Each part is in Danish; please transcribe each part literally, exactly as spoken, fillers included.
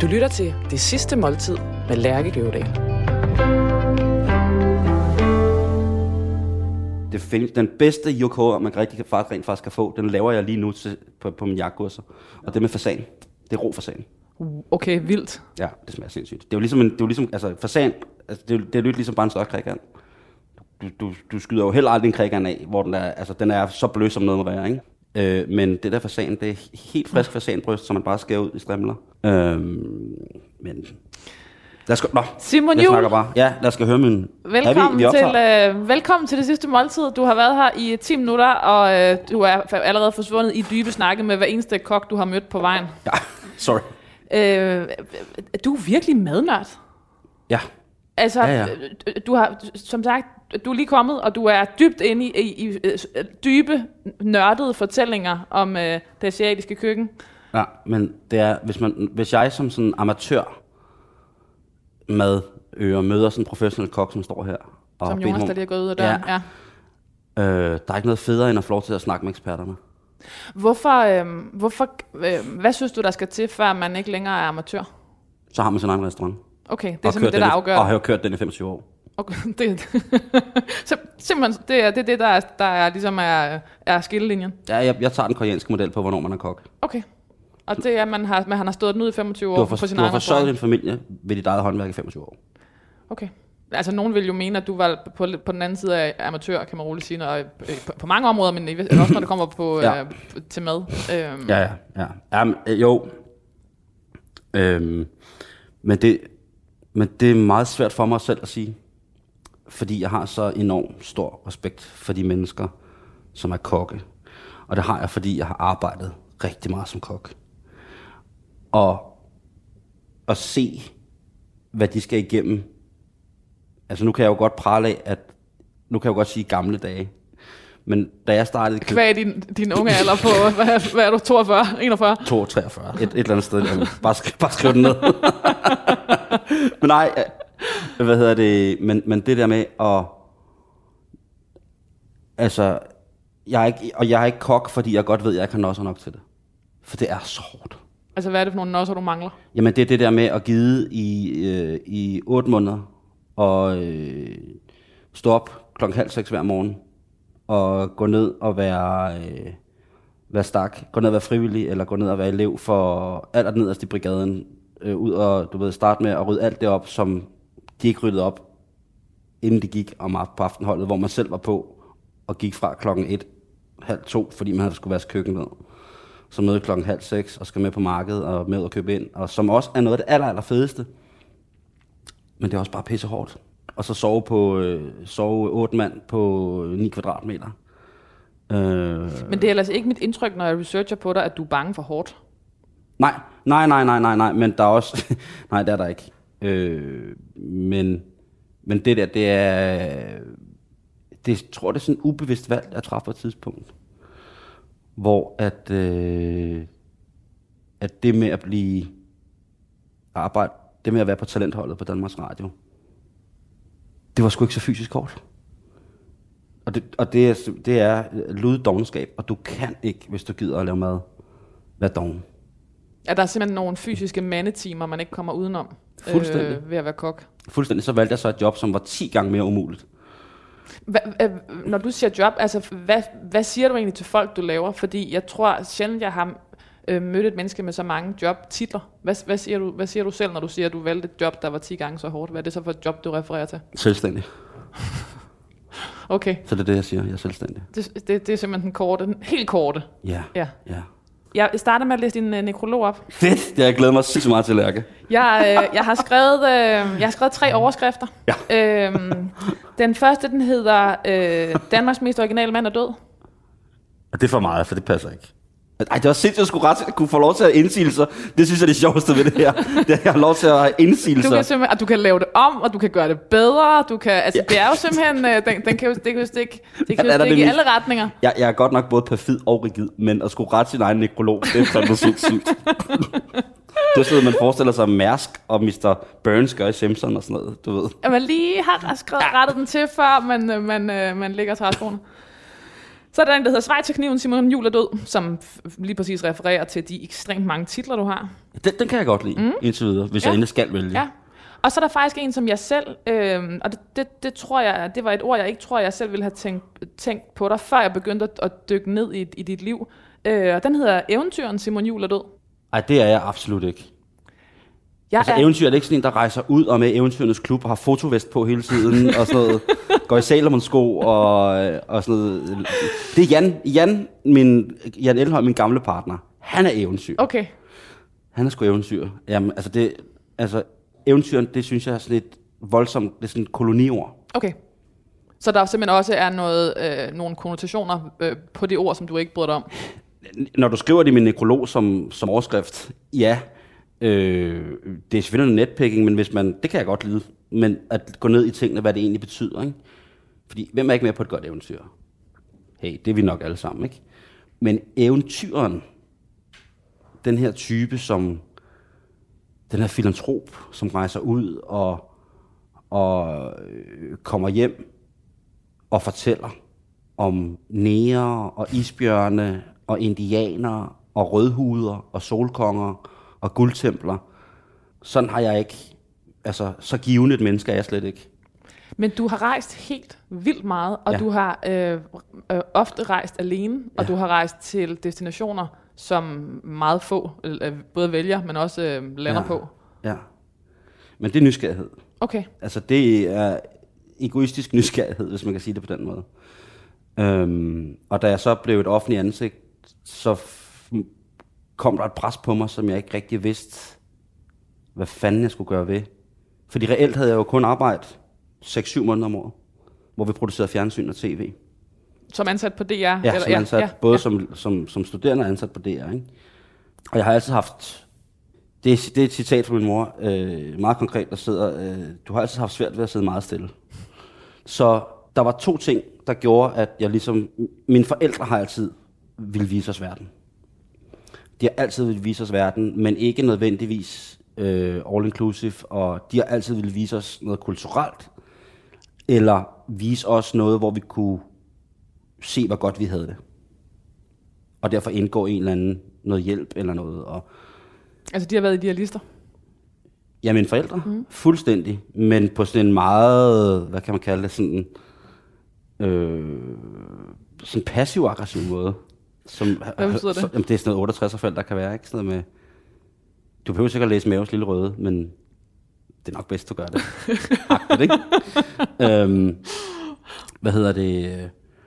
Du lytter til Det Sidste Måltid med Lærke Kløvedal. Det findes, den bedste I O K'er, man rigtig, faktisk, rent faktisk kan få, den laver jeg lige nu til, på, på min jagtkurser. Og det med fasan. Det er rå fasan. Okay, vildt. Ja, det smager sindssygt. Det er jo ligesom, en, det er jo ligesom altså fasan, altså, det, er, det er lidt ligesom bare en større krigan. Du, du, du skyder jo heller aldrig en krigan af, hvor den er, altså, den er så blød som noget må være, ikke? Øh, men det der fasan, det er helt frisk fasanbryst, som man bare skærer ud i strimler. Øh, men... Lad os, nå, Simon jeg Juhl. snakker bare. Ja, lad os gå høre min... Velkommen, vi, vi til, øh, velkommen til Det Sidste Måltid. Du har været her i ti minutter, og øh, du er allerede forsvundet i dybe snakke med hver eneste kok, du har mødt på vejen. Ja, sorry. Øh, du er virkelig madnørd. Ja. Altså, ja, ja. du har, som sagt, du er lige kommet, og du er dybt inde i, i, i dybe, nørdede fortællinger om øh, det asiatiske køkken. Ja, men det er, hvis, man, hvis jeg som sådan amatør madører møder sådan en professionel kok, som står her. Og som Jonas, der lige er gået ud af døren. Ja. Ja. Øh, der er ikke noget federe, end at få lov til at snakke med eksperterne. Hvorfor, øh, hvorfor øh, hvad synes du, der skal til, før man ikke længere er amatør? Så har man sin egen restaurant. Okay, det er og simpelthen det, der afgør. Og har jo kørt den i femogtyve år. Okay, det, så simpelthen, det er det, det der, er, der er, ligesom er, er skillelinjen? Ja, jeg, jeg tager den koreanske model på, hvornår man er kok. Okay. Og det er, at man har, man har stået den ud i femogtyve år for, på sin egen egen restaurant? Du har forsørget din familie ved dit eget håndværk i femogtyve år. Okay. Altså, nogen vil jo mene, at du var på, på den anden side af amatør, kan man roligt sige, når, på, på mange områder, men også når det kommer på, ja. øh, til mad. Øhm. Ja, ja, ja. ja men, jo. Øhm, men, det, men det er meget svært for mig selv at sige, fordi jeg har så enormt stor respekt for de mennesker, som er kokke. Og det har jeg, fordi jeg har arbejdet rigtig meget som kok. Og at se, hvad de skal igennem. Altså nu kan jeg jo godt prale af, at nu kan jeg jo godt sige gamle dage. Men da jeg startede... Hvad er din, din unge alder på, hvad, hvad er du, toogfyrre, enogfyrre? to, treogfyrre, et, et eller andet sted. Bare, sk- bare skriv det ned. Men nej, hvad hedder det, men, men det der med at... Altså, jeg er ikke, og jeg er ikke kok, fordi jeg godt ved, at jeg kan nosser nok til det. For det er så hårdt. Altså, hvad er det for nogle nosser, du mangler? Jamen, det er det der med at gide i, øh, i otte måneder, og øh, stå op klokken halv seks hver morgen, og gå ned og være, øh, være stak, gå ned og være frivillig, eller gå ned og være elev for alt nederst i brigaden, øh, ud og, du ved, starte med at rydde alt det op, som de ikke ryddede op, inden de gik om på aftenholdet, hvor man selv var på, og gik fra klokken et, halv to, fordi man havde skulle vaske køkkenet. Så møde klokken halv seks, og skal med på markedet, og med og købe ind, og som også er noget af det aller, aller fedeste. Men det er også bare pisse hårdt. Og så sove på øh, sove otte mand på ni kvadratmeter. Øh, Men det er ellers ikke mit indtryk, når jeg researcher på dig, at du er bange for hårdt. Nej, nej, nej, nej, nej, nej, men der er også... nej, det er der ikke. Øh, men, men det der, det er... Det, jeg tror, det er sådan en ubevidst valg, jeg træffer på et tidspunkt. Hvor at... Øh, at det med at blive... Arbejde, det med at være på talentholdet på Danmarks Radio, det var sgu ikke så fysisk hårdt. Og det, og det er, det er luddogenskab, og du kan ikke, hvis du gider at lave mad, være doven. Ja, der er simpelthen nogle fysiske mandetimer, man ikke kommer udenom øh, ved at være kok. Fuldstændig. Så valgte jeg så et job, som var ti gange mere umuligt. Hva, øh, når du siger job, altså hvad, hvad siger du egentlig til folk, du laver? Fordi jeg tror sjældent, jeg har øh, mødt et menneske med så mange jobtitler. Hvad, hvad, siger du, hvad siger du selv, når du siger, at du valgte et job, der var ti gange så hårdt? Hvad er det så for et job, du refererer til? Selvstændig. Okay. Så det er det, jeg siger. Jeg er selvstændig. Det, det, det er simpelthen den korte, den helt korte. Ja. Ja. ja. Jeg starter med at læse din uh, nekrolog op. Fedt! Det har jeg glædet mig så meget til, Lærke. Jeg, øh, jeg, har skrevet, øh, jeg har skrevet tre overskrifter. Ja. Øhm, den første, den hedder øh, Danmarks mest originale mand er død. Og det er for meget, for det passer ikke. Ej, det var sindssygt, at jeg skulle ret til at kunne få lov til at indsigelser. Det synes jeg er det sjoveste ved det her. Det er, at jeg har lov til at have indsigelser. Du kan simpelthen, og du kan lave det om, og du kan gøre det bedre. Du kan, altså, ja. Det er jo simpelthen, øh, den, den kan jo, det kan jo stikke, det kan jo stikke i alle retninger. Jeg, jeg er godt nok både perfid og rigid, men at skulle rette sin egen nekrolog, det er fandme sindssygt. Det er sådan, man forestiller sig Mærsk og mister Burns gør i Simpson og sådan noget, du ved. At man lige har skrevet, rettet den til, før man, man, man, man lægger træskoene. Så er der en, der hedder Schweizerkniven, Simon Juhl er død, som lige præcis refererer til de ekstremt mange titler, du har. Den, den kan jeg godt lide, mm. indtil videre, hvis ja. jeg endelig skal vælge. Ja. Og så er der faktisk en, som jeg selv, øh, og det, det, det tror jeg, det var et ord, jeg ikke tror, jeg selv ville have tænkt, tænkt på dig, før jeg begyndte at, at dykke ned i, i dit liv. Øh, og den hedder Eventyren, Simon Juhl er død. Nej, det er jeg absolut ikke. Jeg altså, er... eventyr er det ikke sådan en, der rejser ud og med Eventyrernes Klub og har fotovest på hele tiden, og sådan noget, går i Salomon-sko og, og sådan noget. Det er Jan, Jan, min, Jan Elholm, min gamle partner. Han er eventyr. Okay. Han er sgu eventyr. Jamen, altså, det, altså eventyren, det synes jeg er sådan lidt voldsomt, det er sådan et koloniord. Okay. Så der simpelthen også er noget, øh, nogle konnotationer øh, på det ord, som du ikke bryder dig om? Når du skriver det i min nekrolog som, som overskrift, ja, øh, det er selvfølgelig noget netpicking, men hvis man, det kan jeg godt lide, men at gå ned i tingene, hvad det egentlig betyder, ikke? Fordi, hvem er ikke med på et godt eventyr? Hey, det er vi nok alle sammen, ikke? Men eventyren, den her type, som den her filantrop, som rejser ud og, og øh, kommer hjem og fortæller om nære og isbjørne og indianere og rødhuder og solkonger og guldtempler. Sådan har jeg ikke, altså så givende et menneske er jeg slet ikke. Men du har rejst helt vildt meget, og ja. du har øh, øh, ofte rejst alene, og ja. du har rejst til destinationer, som meget få øh, både vælger, men også øh, lander ja. på. Ja, men det er nysgerrighed. Okay. Altså det er egoistisk nysgerrighed, hvis man kan sige det på den måde. Øhm, og da jeg så blev et offentligt ansigt, så f- kom der et pres på mig, som jeg ikke rigtig vidste, hvad fanden jeg skulle gøre ved. Fordi reelt havde jeg jo kun arbejdet seks syv måneder om året, hvor vi producerede fjernsyn og tv. Som ansat på D R? Ja, eller? som ansat, ja, ja, både ja. Som, som, som studerende og ansat på D R. Ikke? Og jeg har altid haft, det er, det er et citat fra min mor, øh, meget konkret, der sidder, øh, du har altid haft svært ved at sidde meget stille. Så der var to ting, der gjorde, at jeg ligesom, mine forældre har altid ville vise os verden. De har altid ville vise os verden, men ikke nødvendigvis øh, all inclusive, og de har altid ville vise os noget kulturelt, eller vise os noget, hvor vi kunne se, hvor godt vi havde det. Og derfor indgår en eller anden noget hjælp eller noget. Og altså de har været idealister? Ja, mine forældre. Mm. Fuldstændig. Men på sådan en meget, hvad kan man kalde det, sådan øh, sådan passiv-aggressiv måde. Som, hvad betyder det? Så, jamen, det er sådan noget otteogtres-forældre, der kan være, ikke? Sådan noget med, du behøver sikkert læse Maves Lille Røde, men det er nok bedst, du gør det. Agtigt, ikke? øhm, hvad hedder det?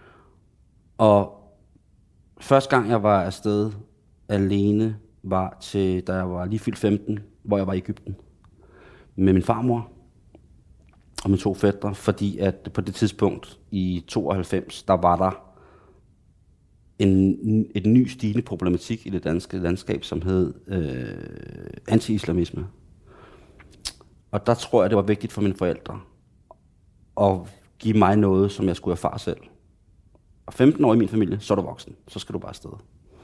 Og første gang, jeg var afsted alene, var til, da jeg var lige fyldt femten, hvor jeg var i Egypten med min farmor og mine to fætre, fordi at på det tidspunkt i tooghalvfems, der var der en, et ny stigende problematik i det danske landskab, som hed øh, anti-islamisme. Og der tror jeg, det var vigtigt for mine forældre at give mig noget, som jeg skulle erfare selv. Og femten år i min familie, så er du voksen. Så skal du bare afsted.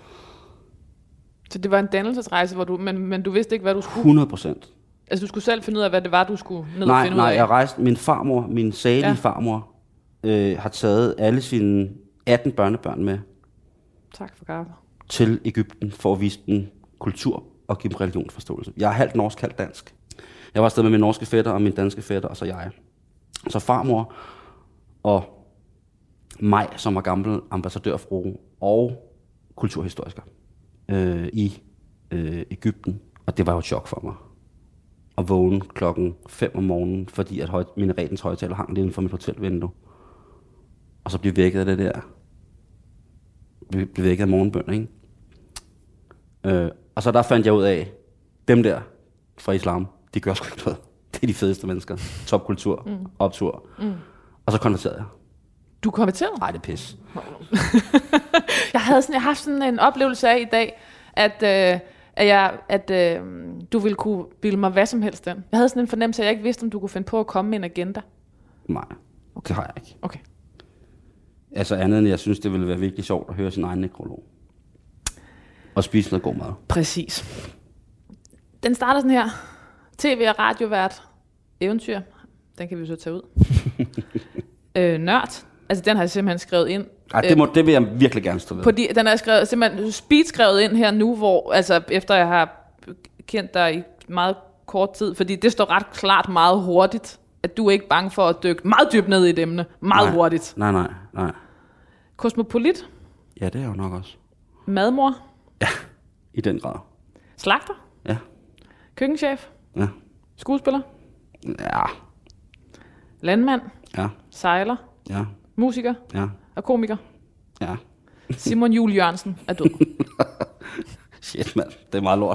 Så det var en dannelsesrejse, hvor du, men, men du vidste ikke, hvad du skulle? hundrede procent. Altså du skulle selv finde ud af, hvad det var, du skulle ned nej, og finde nej, ud af? Nej, jeg rejste. Min farmor, min salige ja. farmor, øh, har taget alle sine atten børnebørn med. Tak for gave. Til Egypten for at vise dem kultur og give dem religionsforståelse. Jeg er halvt norsk, halvt dansk. Jeg var afsted med min norske fætter og min danske fætter, og så jeg. Så farmor og mig, som var gammel ambassadørfrue og kulturhistoriker øh, i øh, Egypten. Og det var jo et chok for mig. At vågne klokken fem om morgenen, fordi at høj, minaretens højtaler hang lige inden for mit hotelvindue. Og så blive vækket af det der. Blive vækket af morgenbøn, ikke? Øh, og så der fandt jeg ud af, dem der fra islam, de gør sgu ikke noget. Det er de fedeste mennesker. Topkultur, mm. optur. Mm. Og så konverterede jeg. Du konverterede? Nej, det er pis. jeg havde sådan, jeg har haft sådan en oplevelse af i dag, at, øh, at, jeg, at øh, du ville kunne bilde mig hvad som helst den. Jeg havde sådan en fornemmelse, at jeg ikke vidste, om du kunne finde på at komme med en agenda. Nej, okay. Det har jeg ikke. Okay. Altså andet end, jeg synes, det ville være virkelig sjovt at høre sin egen nekrolog. Og spise noget god mad. Præcis. Den starter sådan her. T V og radiovært. Eventyr. Den kan vi så tage ud. øh, nørd. Altså den har jeg simpelthen skrevet ind Ej, det, må, det vil jeg virkelig gerne stå ved. På de, den er skrevet, simpelthen speedskrevet ind her nu, hvor, altså efter jeg har kendt dig i meget kort tid, fordi det står ret klart meget hurtigt, at du er ikke bange for at dykke meget dybt ned i et emne, meget nej, hurtigt. Nej, nej, nej. Kosmopolit? Ja, det er jo nok også. Madmor? Ja, i den grad. Slagter? Ja. Køkkenchef? Ja. Skuespiller? Ja. Landmand? Ja. Sejler? Ja. Musiker? Ja. Og komiker? Ja. Simon Juhl Jørgensen er død. Shit, mand. Det er meget lort.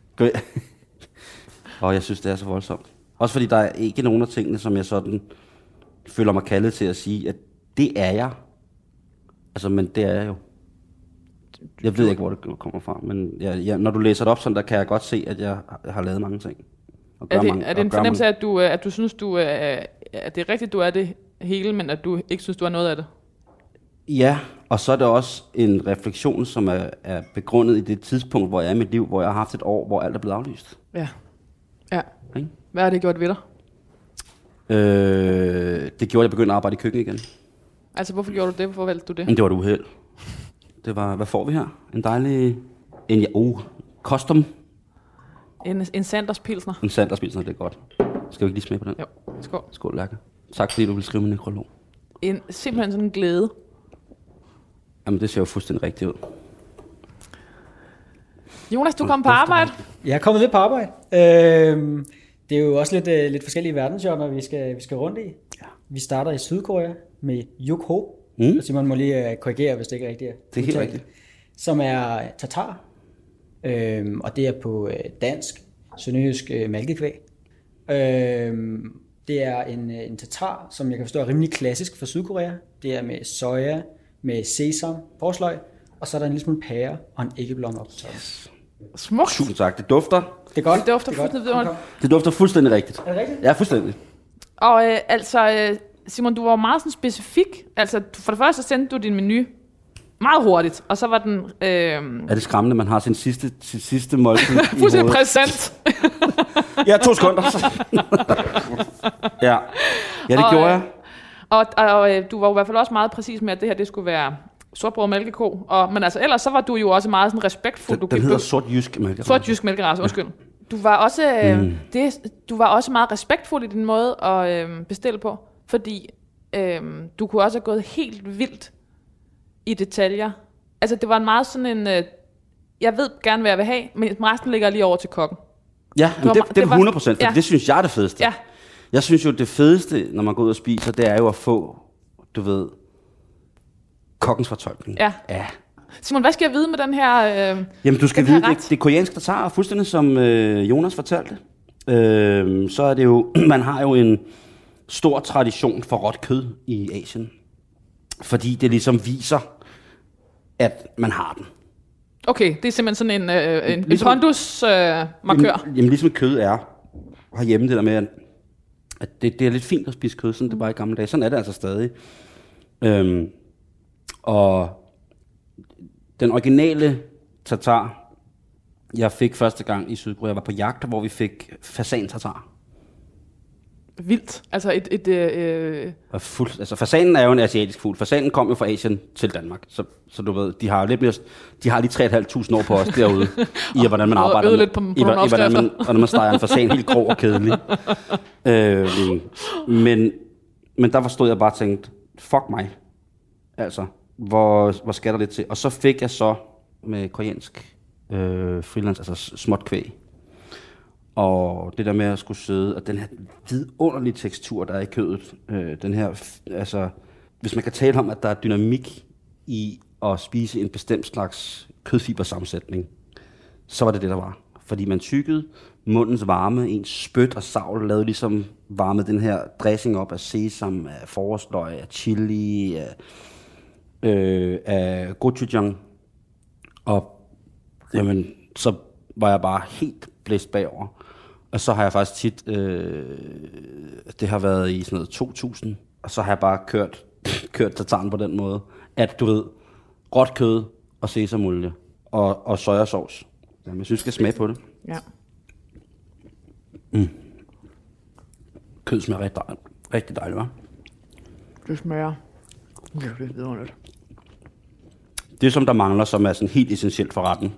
Og jeg synes, det er så voldsomt. Også fordi der er ikke nogen af tingene, som jeg sådan føler mig kaldet til at sige, at det er jeg. Altså, men det er jeg jo. Jeg ved ikke, hvor det kommer fra, men jeg, jeg, når du læser det op sådan, der kan jeg godt se, at jeg har lavet mange ting. Er det, mange, er det en fornemmelse mange... af, at du, at du synes, du er, at det er rigtigt, du er det hele, men at du ikke synes, du er noget af det? Ja, og så er det også en refleksion, som er, er begrundet i det tidspunkt, hvor jeg er i mit liv, hvor jeg har haft et år, hvor alt er blevet aflyst. Ja. Ja. Okay? Hvad har det gjort ved dig? Øh, det gjorde, at jeg begyndte at arbejde i køkkenet igen. Altså, hvorfor gjorde du det? Hvorfor valgte du det? Men det var et uheld. Det var, hvad får vi her? En dejlig, en, oh, custom. En, en Sanders Pilsner. En Sanders Pilsner, det er godt. Skal vi ikke lige smage på den? Jo, skål. Skål, Lærke. Tak fordi du vil skrive min nekrolog. En, simpelthen sådan en glæde. Jamen, det ser jo fuldstændig rigtigt ud. Jonas, du kom på arbejde. Jeg er kommet lidt på arbejde. Øh, det er jo også lidt, uh, lidt forskellige verdensgenrer, vi skal, vi skal rundt i. Ja. Vi starter i Sydkorea med Yuk Ho. Mm. Simon må lige uh, korrigere, hvis det ikke er rigtigt. Det er helt rigtigt. Som er tatar. Øh, og det er på uh, dansk, sønderjysk uh, malkekvæg. Øh, det er en, en tatar, som jeg kan forstå er rimelig klassisk for Sydkorea. Det er med soja, med sesam, forsløg, og så er der en lille smule pære og en æggeblomme op på toppen. Yes. Smukt. Tusind tak. Det dufter. Det er godt. Det dufter det er fuldstændig vidunderligt. Det dufter fuldstændig rigtigt. Er det rigtigt? Ja, fuldstændig. Og øh, altså, øh, Simon, du var meget sådan specifik. Altså, for det første sendte du din menu meget hurtigt, og så var den... Øh... Er det skræmmende, man har sin sidste, sin sidste måltid i fuldstændig præsent. Ja, to sekunder. ja. ja, det og, gjorde jeg. Og, og, og øh, du var i hvert fald også meget præcis med, at det her det skulle være sortbrød og mælkeko. Og, men altså, ellers så var du jo også meget sådan respektfuld. Den, du den hedder du, sort jysk mælkerace. Sort jysk mælkerace, undskyld. Du var også, øh, mm. det, du var også meget respektfuld i din måde at øh, bestille på, fordi øh, du kunne også have gået helt vildt i detaljer. Altså, det var en meget sådan en, øh, jeg ved gerne, hvad jeg vil have, men resten ligger lige over til kokken. Ja, det, det, det er hundrede procent, for ja. det synes jeg er det fedeste. Ja. Jeg synes jo, det fedeste, når man går ud og spiser, det er jo at få, du ved, kokkens fortolkning. Ja. ja. Simon, hvad skal jeg vide med den her øh, Jamen, du skal den vide, det, det er koreansk tartar, fuldstændig som øh, Jonas fortalte. Øh, så er det jo, man har jo en stor tradition for råt kød i Asien. Fordi det ligesom viser, at man har den. Okay, det er simpelthen sådan en, øh, en, ligesom, en pondus-markør. Øh, jamen, jamen, ligesom kød er herhjemme, det der med, at det, det er lidt fint at spise kød, sådan det var i gamle dage. Sådan er det altså stadig. Øhm, og den originale tartar, jeg fik første gang i Sydkorea, var på jagt, hvor vi fik fasan-tartar. Vildt. Altså et... et øh... Fuld, altså fasanen er jo en asiatisk fugl. Fasanen kom jo fra Asien til Danmark. Så, så du ved, de har lidt mere, de har lige tre tusind fem hundrede år på os derude, i hvordan man arbejder med, på, på i, i, hvordan man, hvordan man steger en fasan helt grov og kedelig. øh, men, men der forstod jeg bare og tænkte, fuck mig. Altså, hvor, hvor skal der lidt til? Og så fik jeg så med koreansk øh, freelance, altså småt kvæg. Og det der med at skulle sidde, og den her vidunderlige tekstur, der er i kødet, øh, den her, altså, hvis man kan tale om, at der er dynamik i at spise en bestemt slags kødfibersammensætning, så var det det, der var. Fordi man tykkede, mundens varme, ens spyt og savl lavede ligesom varmet den her dressing op af sesam, af forårsløg, af chili, af, øh, af gochujang. Og jamen, så var jeg bare helt blæst bagover. Og så har jeg faktisk tit, øh, det har været i sådan noget to tusind, og så har jeg bare kørt, kørt tartaren på den måde, at du ved, råt kød og sesamolie og, og sojasauce. Jamen, jeg synes, jeg skal smage på det. Ja. Mm. Kød smager rigtig dejligt, rigtig dejligt, hva'? Det smager virkelig vidunderligt. Det, som der mangler, som er sådan helt essentielt for retten,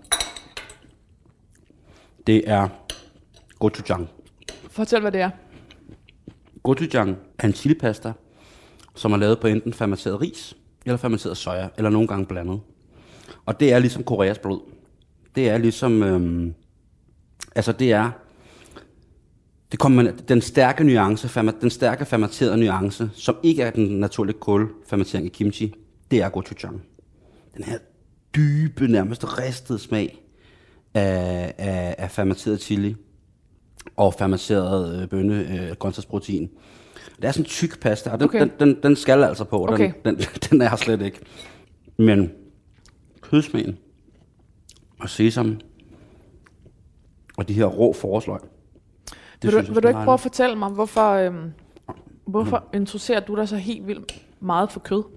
det er gochujang. Fortæl, hvad det er. Gochujang er en chilipasta, som er lavet på enten fermenteret ris eller fermenteret soja, eller nogle gange blandet. Og det er ligesom Koreas blod. Det er ligesom, øhm, altså det er, det kommer med den stærke nuance, den stærke fermenterede nuance, som ikke er den naturlige kålfermentering i kimchi, det er gochujang. Den her dybe, nærmest ristede smag af, af, af fermenteret chili og fermenteret øh, bønne, øh, grøntsagsprotein. Det er sådan en tyk pasta, og den, okay. den, den, den skal altså på, okay. den, den, den er slet ikke. Men kødsmagen og sesam og de her rå forårsløg. Vil du, jeg, vil du ikke prøve at fortælle mig, hvorfor, øhm, hvorfor mm. interesserer du dig så helt vildt meget for kød?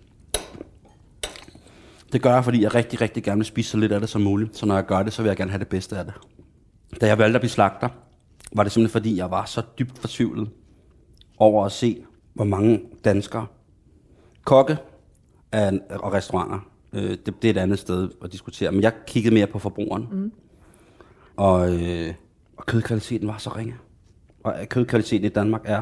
Det gør jeg, fordi jeg rigtig, rigtig gerne vil spise så lidt af det som muligt. Så når jeg gør det, så vil jeg gerne have det bedste af det. Da jeg valgte at blive slagter, var det simpelthen fordi, jeg var så dybt fortvivlet over at se, hvor mange danskere, kokke og restauranter, øh, det, det er et andet sted at diskutere, men jeg kiggede mere på forbrugeren. Mm. Og, øh, og kødkvaliteten var så ringe. Og kødkvaliteten i Danmark er,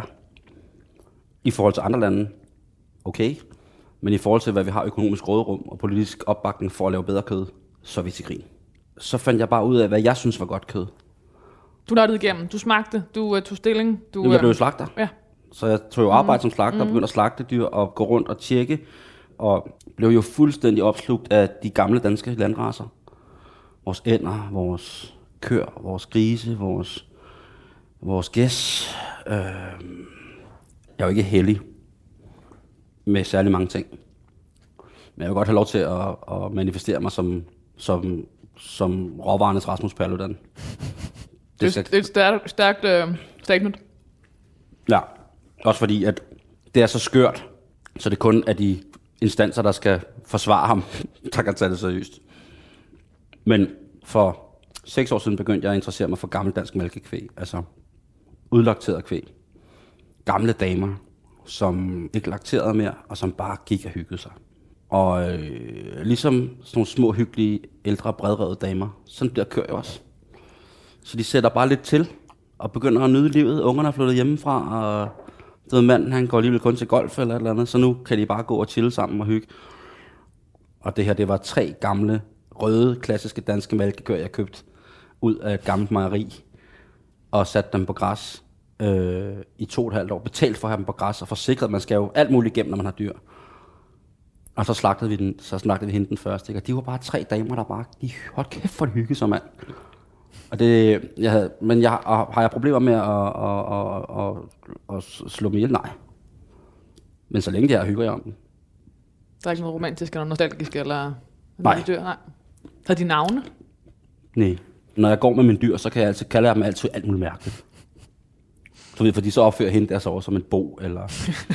i forhold til andre lande, okay, men i forhold til, hvad vi har økonomisk råderum og politisk opbakning for at lave bedre kød, så er vi til grin. Så fandt jeg bare ud af, hvad jeg synes var godt kød. Du nørdede igennem, du smagte, du uh, tog stilling. Du, Jamen, jeg blev slagter. Ja. Så jeg tog jo arbejde mm. som slagter, og begyndte at slagte dyr og gå rundt og tjekke, og blev jo fuldstændig opslugt af de gamle danske landracer. Vores ænder, vores køer, vores grise, vores, vores gæs. Øh, jeg er jo ikke heldig med særlig mange ting. Men jeg vil godt have lov til at, at manifestere mig som, som, som råvarernes Rasmus Paludan. Det, det, det er et stærkt, stærkt uh, statement. Ja, også fordi, at det er så skørt, så det kun er de instanser, der skal forsvare ham, der kan tage det seriøst. Men for seks år siden begyndte jeg at interessere mig for gammeldansk mælkekvæg, altså udlakteret kvæg. Gamle damer, som ikke lakterede mere, og som bare gik og hyggede sig. Og øh, ligesom sådan nogle små, hyggelige, ældre, bredrevede damer, sådan bliver køer jo også. Så de sætter bare lidt til, og begynder at nyde livet. Ungerne er flyttet hjemmefra, og det manden, han går alligevel kun til golf eller et eller andet, så nu kan de bare gå og chille sammen og hygge. Og det her, det var tre gamle, røde, klassiske danske mælkekøer, jeg købte ud af et gammelt mejeri, og satte dem på græs øh, i to og et halvt år. Betalt for at have dem på græs, og forsikret, man skal jo alt muligt igennem, når man har dyr. Og så slagtede vi, den, så slagtede vi hende den første, ikke? Og de var bare tre damer, der bare, de hold kæft for en hygge som mand. Og det, jeg havde, men jeg, har jeg problemer med at, at, at, at, at slå mig ihjel? Nej. Men så længe de her hygger jeg om den. Der er ikke noget romantisk eller nostalgisk eller Nej. Dyr? Nej. Har de navne? Nej. Når jeg går med mine dyr, så kan jeg altid, kalder jeg dem altid alt muligt mærkeligt. Du ved, fordi så opfører hende der så over som en bo, eller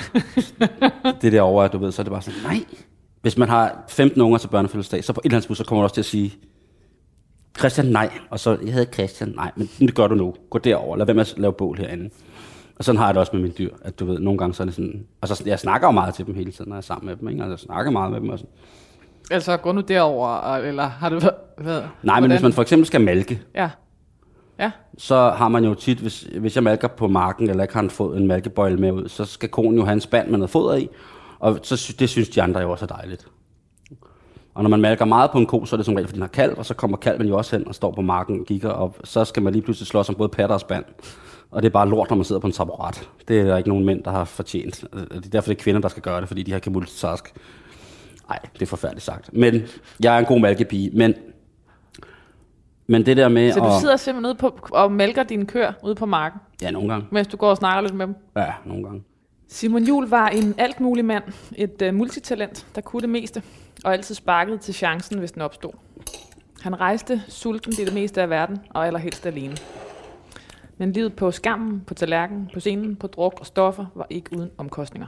det derovre, du ved, så er det bare sådan, nej. Hvis man har femten unger til børnefødselsdag, så på et eller andet smule, så kommer du også til at sige, Christian, nej. Og så, jeg hedder Christian, nej, men det gør du nu. Gå derover, lad være med at lave bål herinde. Og sådan har jeg det også med mine dyr, at du ved, nogle gange så er det sådan, og så jeg snakker jo meget til dem hele tiden, når jeg er sammen med dem, ikke? Altså, jeg snakker meget med dem også. Altså, gå nu derover, eller har du været? Nej, men hvordan? Hvis man for eksempel skal malke, ja. Ja. så har man jo tit, hvis, hvis jeg malker på marken, eller ikke har fået en malkebøjle med ud, så skal konen jo have en spand med noget foder i, og så, det synes de andre jo også er dejligt. Og når man malker meget på en ko, så er det som regel, fordi den har kalv, og så kommer kalven jo også hen og står på marken og kigger op. Så skal man lige pludselig slås om både patter og spand. Og det er bare lort, når man sidder på en taburet. Det er der ikke nogen mænd, der har fortjent. Det er derfor, det er kvinder, der skal gøre det, fordi de har kan multitask. Nej, det er forfærdeligt sagt. Men jeg er en god malkepige. Men, men det der med Så du at... sidder simpelthen ude på og mælker dine køer ude på marken? Ja, nogle gange. Mens du går og snakker lidt med dem? Ja, nogle gange. Simon Juhl var en altmulig mand, et uh, multitalent, der kunne det meste, og altid sparkede til chancen, hvis den opstod. Han rejste sulten i det meste af verden, og allerhelst alene. Men livet på skammen, på tallerkenen, på scenen, på druk og stoffer var ikke uden omkostninger.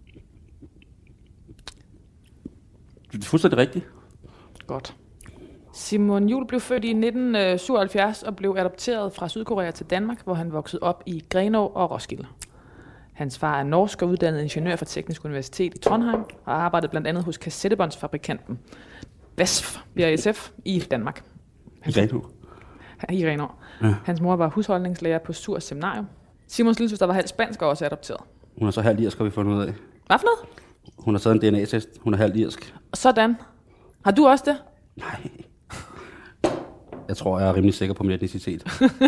Det er fuldstændig rigtigt. Godt. Simon Juhl blev født i nitten syvoghalvfjerds og blev adopteret fra Sydkorea til Danmark, hvor han voksede op i Grenaa og Roskilde. Hans far er norsk og uddannet ingeniør fra Teknisk Universitet i Trondheim og arbejdede blandt andet hos kassettebåndsfabrikanten V A S F, B A S F i Danmark. I Grenaa. I Grenaa. Ja. Hans mor var husholdningslærer på Surs Seminarium. Simons lillesøster var halvt spansk og også adopteret. Hun er så halvt irsk, har vi fundet ud af. Hvad for noget? Hun har taget en D N A-test. Hun er halvt irsk. Sådan. Har du også det? Nej. Jeg tror, jeg er rimelig sikker på min etnicitet.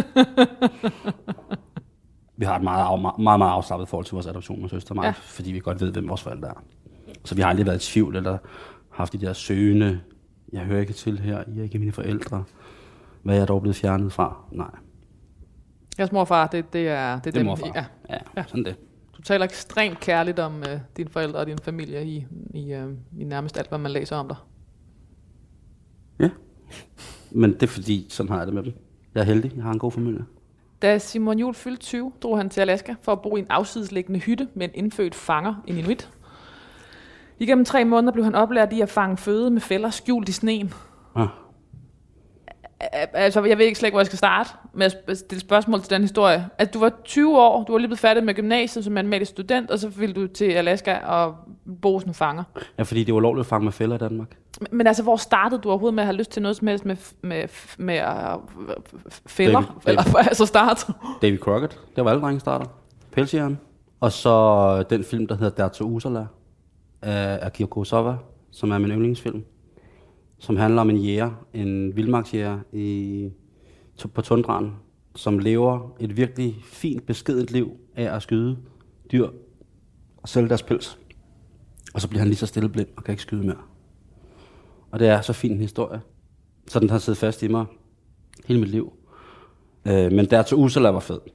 Vi har et meget, af, meget, meget afslappet forhold til vores adoption med søster, meget, ja. Fordi vi godt ved, hvem vores forældre er. Så vi har aldrig været i tvivl, eller haft de der søgende, jeg hører ikke til her, I er ikke mine forældre. Hvad er jeg dog blevet fjernet fra? Nej. Jeres mor og far, det, det er det, det er dem. morfar. Ja. Ja, ja, sådan det. Du taler ekstremt kærligt om uh, dine forældre og din familie i, i, uh, i nærmest alt, hvad man læser om dig. Ja, men det er fordi, sådan har jeg det med dem. Jeg er heldig, jeg har en god familie. Da Simon Juhl fyldte tyve, drog han til Alaska for at bo i en afsidesliggende hytte med en indfødt fanger, en inuit. Igennem tre måneder blev han oplært i at fange føde med fælder skjult i sneen. Ah. Altså, jeg ved ikke slet ikke, hvor jeg skal starte med at stille spørgsmål til den historie. At du var tyve år, du var lige blevet færdig med gymnasiet som matematisk student, og så ville du til Alaska og bo som fanger. Ja, fordi det var lovligt at fange med fælder i Danmark. Men, men altså, hvor startede du overhovedet med at have lyst til noget som helst med, med, med uh, fælder? David, Eller David. altså start? David Crockett, det var alle drenge starter. Pelsjæren. Og så den film, der hedder Derto Usala af Akira Kurosawa, som er min yndlingsfilm. Som handler om en jæger, en vildmarksjæger i, på tundraen, som lever et virkelig fint, beskedent liv af at skyde dyr og sælge deres pels. Og så bliver han lige så stille blind og kan ikke skyde mere. Og det er så fin en historie. Så den har siddet fast i mig hele mit liv. Øh, men Derto Usala var fed.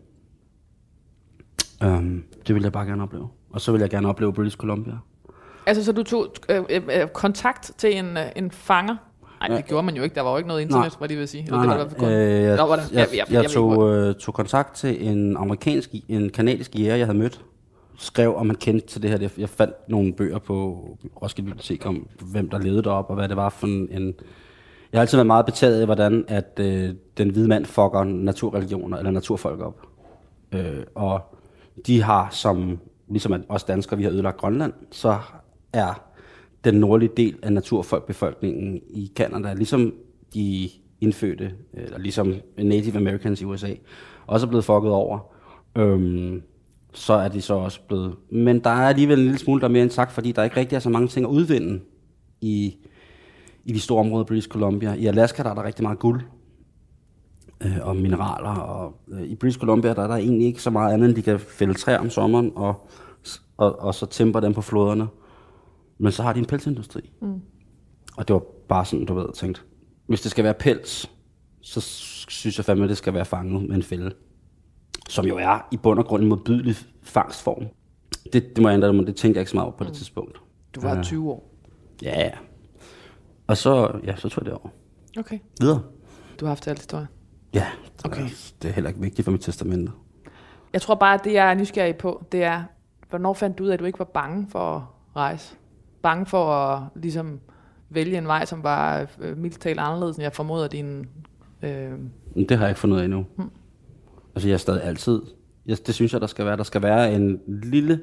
Um, det ville jeg bare gerne opleve. Og så ville jeg gerne opleve British Columbia. Altså, så du tog øh, øh, kontakt til en, øh, en fanger? Nej, det ja. gjorde man jo ikke. Der var jo ikke noget internet, hvad de vil sige. Nej, nej. Det var, øh, jeg, Nå, jeg, jeg, jeg, jeg tog, øh, tog kontakt til en amerikansk, en kanadisk jæger, jeg havde mødt. Skrev, om man kendte til det her. Jeg fandt nogle bøger på Roskilde Bibliotek om, hvem der levede deroppe, og hvad det var for en... Jeg har altid været meget betaget af, hvordan at, øh, den hvide mand fucker naturreligioner eller naturfolk op. Øh, og de har, som ligesom at os danskere, vi har ødelagt Grønland, så er den nordlige del af naturfolkbefolkningen i Canada, ligesom de indfødte, eller ligesom Native Americans i U S A, også er blevet fucket over. Øhm, så er de så også blevet... Men der er alligevel en lille smule, der er mere intakt, fordi der ikke rigtig er så mange ting at udvinde i, i de store områder af British Columbia. I Alaska der er der rigtig meget guld øh, og mineraler, og øh, i British Columbia der er der egentlig ikke så meget andet, end de kan fælde træer om sommeren, og, og, og så temper dem på floderne. Men så har de en pelsindustri. Mm. Og det var bare sådan, du ved, jeg tænkte, hvis det skal være pels, så synes jeg fandme, at det skal være fanget med en fælde. Som jo er i bund og grund en modbydelig fangstform. Det, det må jeg ændre, det tænkte jeg ikke så meget over på mm. det tidspunkt. Du var tyve år. Ja, ja. Og så, ja, så tog jeg det over. Okay. Videre. Du har haft alt historie? Ja, det, okay. er, det er heller ikke vigtigt for mit testamente. Jeg tror bare, at det, jeg er nysgerrig på, det er, hvornår fandt du ud af, at du ikke var bange for at rejse? Bange for at ligesom vælge en vej, som var øh, mildt talt anderledes, end jeg formoder din... Øh... Det har jeg ikke fundet ud af endnu. Hmm. Altså jeg er stadig altid... Jeg, det synes jeg, der skal være. Der skal være en lille,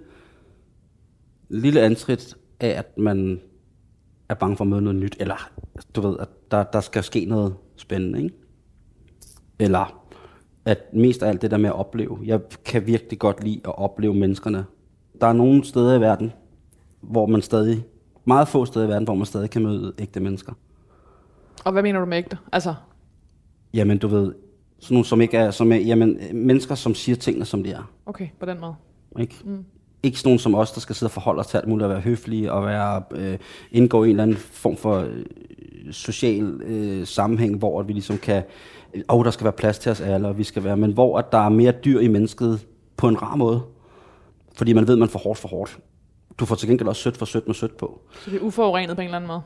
lille antrit af, at man er bange for at møde noget nyt. Eller du ved, at der, der skal ske noget spændende, ikke? Eller at mest af alt det der med at opleve. Jeg kan virkelig godt lide at opleve menneskerne. Der er nogle steder i verden, hvor man stadig, meget få steder i verden, hvor man stadig kan møde ægte mennesker. Og hvad mener du med ægte? Altså? Jamen, du ved, sådan nogle, som ikke er, som er, jamen, mennesker, som siger tingene, som de er. Okay, på den måde. Ikke? Mm. Ikke sådan nogle som os, der skal sidde og forholde os til alt muligt, at være høflige, og være, øh, indgå i en eller anden form for øh, social øh, sammenhæng, hvor vi ligesom kan, åh, oh, der skal være plads til os alle, og vi skal være, men hvor at der er mere dyr i mennesket på en rar måde. Fordi man ved, at man får hårdt for hårdt. Du får til gengæld også sødt for sødt med sødt på. Så det er uforurenet på en eller anden måde?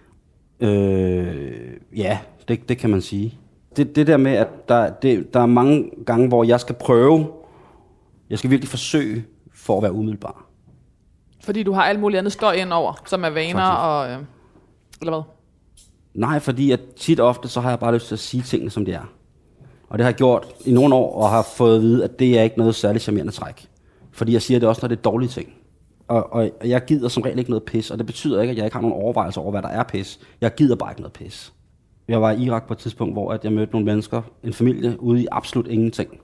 Øh, ja, det, det kan man sige. Det, det der med, at der, det, der er mange gange, hvor jeg skal prøve, jeg skal virkelig forsøge for at være umiddelbar. Fordi du har alt muligt andet støj ind over, som er vaner og... Øh, eller hvad? Nej, fordi at tit og ofte, så har jeg bare lyst til at sige tingene, som det er. Og det har jeg gjort i nogle år, og har fået at vide, at det er ikke noget særligt charmerende træk. Fordi jeg siger det også, når det er dårlige ting. og, og jeg gider som regel ikke noget pis, og det betyder ikke, at jeg ikke har nogen overvejelser over, hvad der er pis. Jeg gider bare ikke noget pis. Jeg var i Irak på et tidspunkt, hvor at jeg mødte nogle mennesker, en familie, ude i absolut ingenting.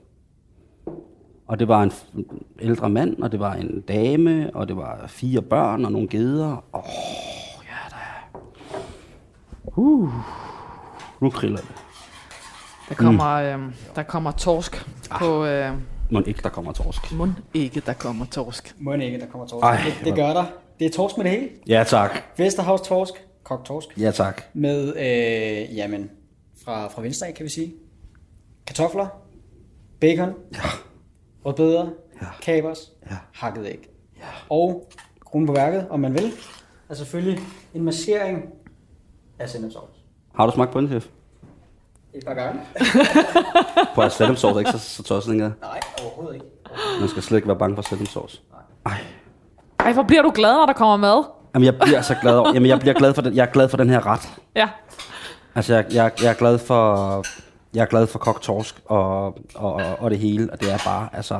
Og det var en ældre mand, og det var en dame, og det var fire børn og nogle geder. Åh, oh, ja da. Uh, nu kriller det. Der kommer, mm. øh, der kommer torsk ah. på... Øh, Må ikke, der kommer torsk. Må ikke, der kommer torsk. Må ikke, der kommer torsk. Ej, det, det gør der. Det er torsk med det hele. Ja, tak. Vesterhavs torsk. Kogt torsk. Ja, tak. Med, øh, jamen, fra, fra venstre kan vi sige. Kartofler. Bacon. Ja. Rødbeder. Ja. Kapers. Ja. Hakket æg. Ja. Og kronen på værket, om man vil, er selvfølgelig en maskering af sennepsovs. Har du smagt på den, chef? Et par gange. På at sennepsovs er ikke så, så tosset, ikke? Nej, overhovedet ikke. Man skal slet ikke være bange for sennepsovs. Ej. Ej, hvor bliver du glad, når der kommer mad? Jamen, jeg bliver så glad over. Jamen, jeg bliver glad for den, jeg er glad for den her ret. Ja. Altså, jeg, jeg, jeg er glad for... Jeg er glad for kogt torsk og, og, og, og det hele, og det er bare, altså...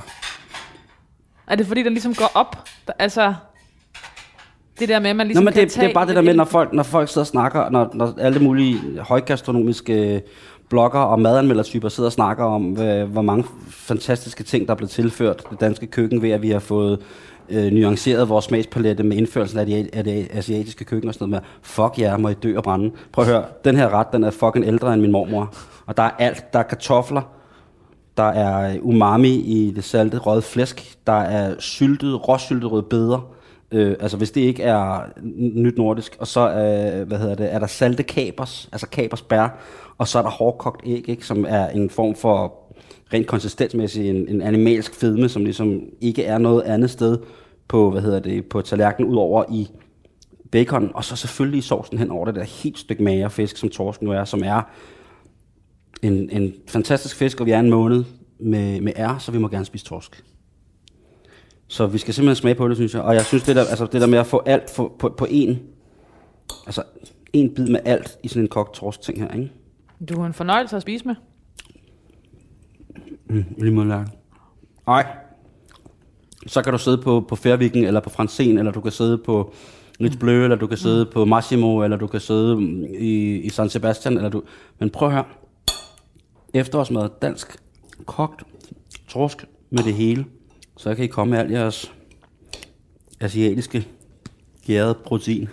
Er det fordi, den ligesom går op? Der, altså... Det der med, at man ligesom Nå, men kan det, tage... det er bare det der med, når folk, når folk sidder og snakker, når, når alle mulige højgastronomiske blogger og madanmeldertyper sidder og snakker om, hvad, hvor mange fantastiske ting, der er blevet tilført det danske køkken ved, at vi har fået øh, nuanceret vores smagspalette med indførelsen af det, af det asiatiske køkken og sådan noget med, fuck jer, må I dø og brænde. Prøv at høre, den her ret, den er fucking ældre end min mormor. Og der er alt. Der er kartofler, der er umami i det salte røde flæsk, der er syltet, råsyltet rødbeder. Øh, altså hvis det ikke er nyt nordisk, og så øh, hvad hedder det, er der salte kapers, altså kapersbær, og så er der hårdkogt æg, ikke, som er en form for rent konsistensmæssigt en, en animalsk fedme, som ligesom ikke er noget andet sted på, hvad hedder det, på tallerkenen udover i bacon, og så selvfølgelig i sovsen hen over det der helt stykke mager fisk, som torsken nu er, som er en, en fantastisk fisk, og vi er en måned med, med R, så vi må gerne spise torsk. Så vi skal simpelthen smage på det, synes jeg. Og jeg synes, det der, altså det der med at få alt for, på, på én, altså en bid med alt i sådan en kogt torsk ting her, ikke? Du har en fornøjelse at spise med. Mm, lige måde lærke. Ej. Så kan du sidde på, på Færviken, eller på Fransen, eller du kan sidde på Ritz Bleu, eller du kan sidde mm. på Massimo, eller du kan sidde i, i San Sebastian, eller du... Men prøv at høre. Efterårsmad, dansk, kogt torsk med det hele. Så kan I komme med alt jeres asiatiske gærede protein.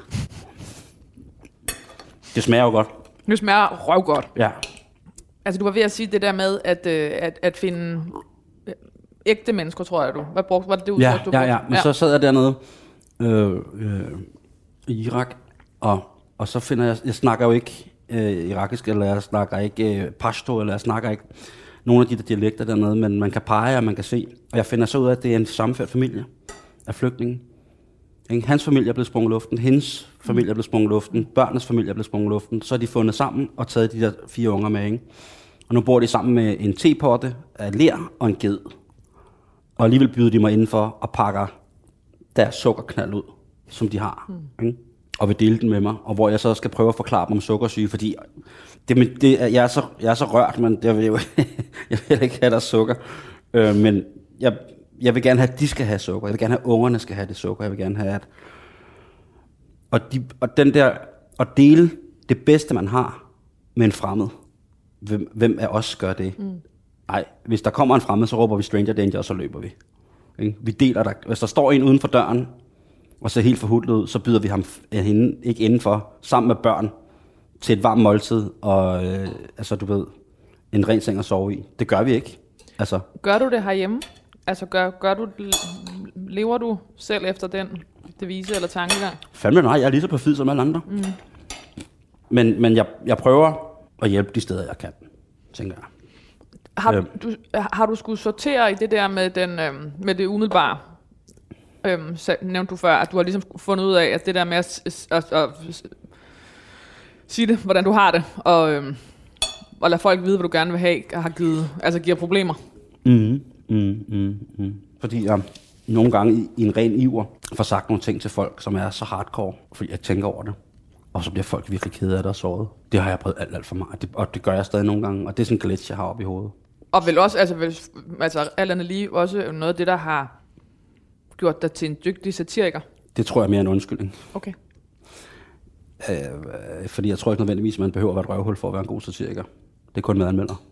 Det smager jo godt. Det smager røvgodt. Ja. Altså, du var ved at sige det der med at, øh, at, at finde øh, ægte mennesker, tror jeg, du. Hvad brugte, var det det udtryk, ja, du brugte? Ja, ja, men ja. Så sad jeg dernede øh, øh, i Irak, og, og så finder jeg, jeg snakker jo ikke øh, irakisk, eller jeg snakker ikke øh, pashto, eller jeg snakker ikke nogle af de der dialekter dernede, men man kan pege, og man kan se. Og jeg finder så ud af, at det er en sammenført familie af flygtninge. Hans familie er blevet sprunget i luften, hendes familie er blevet sprunget i luften, børnenes familie er blevet sprunget i luften. Så er de fundet sammen og taget de der fire unger med, ikke? Og nu bor de sammen med en tepotte af ler og en ged. Og alligevel byder de mig indenfor og pakker deres sukkerknald ud, som de har. Mm. Ikke? Og vil dele den med mig, og hvor jeg så skal prøve at forklare dem om sukkersyge, fordi det, det, jeg, er så, jeg er så rørt, men jeg vil jo jeg vil ikke have deres sukker. Øh, men jeg, jeg vil gerne have, at de skal have sukker. Jeg vil gerne have, at ungerne skal have det sukker. Jeg vil gerne have, at... Og, de, og den der... At dele det bedste, man har med en fremmed. Hvem, hvem af os gør det? Nej, mm. hvis der kommer en fremmed, så råber vi stranger danger, og så løber vi. Ikke? Vi deler der. Hvis der står en uden for døren, og ser helt forhudlet ud, så byder vi ham hende ikke indenfor, sammen med børn, til et varmt måltid, og øh, altså du ved, en ren seng at sove i. Det gør vi ikke. Altså. Gør du det herhjemme? Altså gør, gør du, lever du selv efter den devise eller tankegang? Fandme nej, jeg er lige så perfid som alle andre. Mm. Men, men jeg, jeg prøver at hjælpe de steder, jeg kan, tænker jeg. Har, øh. du, har du skulle sortere i det der med, den, øh, med det umiddelbare? Øhm, så nævnte du før, at du har ligesom fundet ud af, at det der med at, at, at, at sige det, hvordan du har det, og, øhm, og lade folk vide, hvad du gerne vil have, har givet, altså giver problemer. Mm, mm, mm, mm. Fordi jeg nogle gange i, i en ren iver får sagt nogle ting til folk, som er så hardcore, fordi jeg tænker over det. Og så bliver folk virkelig kede af det og såret. Det har jeg prøvet alt, alt for meget, det, og det gør jeg stadig nogle gange, og det er sådan en glitch, jeg har oppe i hovedet. Og vel også, altså, vel, altså alt andet lige, også noget af det, der har gjort dig til en dygtig satiriker? Det tror jeg er mere en undskyldning. Okay. Øh, fordi jeg tror ikke nødvendigvis, man behøver at være et røvhul for at være en god satiriker. Det er kun med anmelder.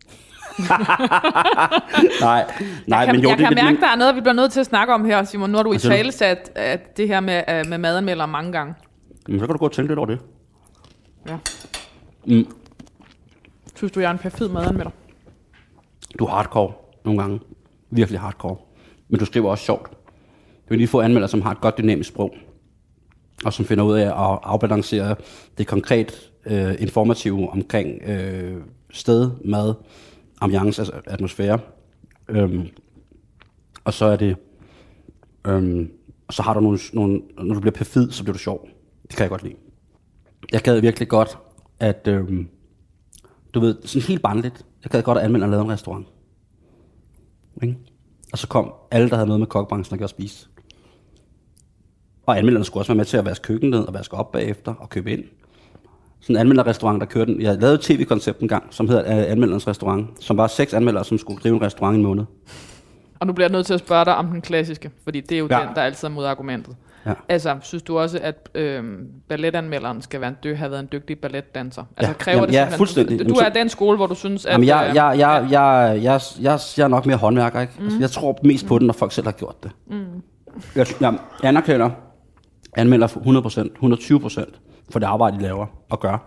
nej, nej, jeg kan, men jo, jeg det, kan det, mærke, der er noget, vi bliver nødt til at snakke om her, Simon. Nu har du i Altså- tale sat at det her med, uh, med madanmeldere mange gange. Men så kan du gå og tænke lidt over det. Ja. Mm. Synes du, jeg er en perfid madanmelder? Du er hardcore nogle gange. Virkelig hardcore. Men du skriver også sjovt. Du vil lige få anmeldere, som har et godt dynamisk sprog. Og som finder ud af at afbalancere det konkret øh, informative omkring øh, sted, mad, ambiance, altså atmosfære. Øhm, og så er det... Øhm, så har du nogle, nogle... Når du bliver perfid, så bliver du sjov. Det kan jeg godt lide. Jeg gad virkelig godt, at... Øhm, du ved, sådan helt barnligt. Jeg gad godt at anmelde at lave en restaurant. Ikke? Og så kom alle, der havde noget med kokkebranchen, og gjorde spise. Og anmelderne skulle også være med til at vaske køkkenet og vaske op bagefter og købe ind. Sådan en anmelderrestaurant, der kørte den. Jeg lavede et tv-koncept en gang, som hedder Anmelderens Restaurant, som var seks anmeldere, som skulle drive en restaurant i en måned. Og nu bliver jeg nødt til at spørge dig om den klassiske, fordi det er jo Ja. den, der altid er mod argumentet. Ja. Altså, synes du også, at øhm, balletanmelderen skal være en dy- have været en dygtig balletdanser? Altså, Ja. kræver Jamen, det ja, simpelthen- fuldstændig. Du Jamen, så- er den skole, hvor du synes, at... Jamen, jeg, øh, jeg, jeg, jeg, jeg, jeg, jeg er nok mere håndværker, ikke? Mm. Altså, jeg tror mest på den, når folk selv har gjort det. Mm. Jeg, jeg anerkender, anmelder hundrede procent, hundrede og tyve procent for det arbejde, de laver og gør.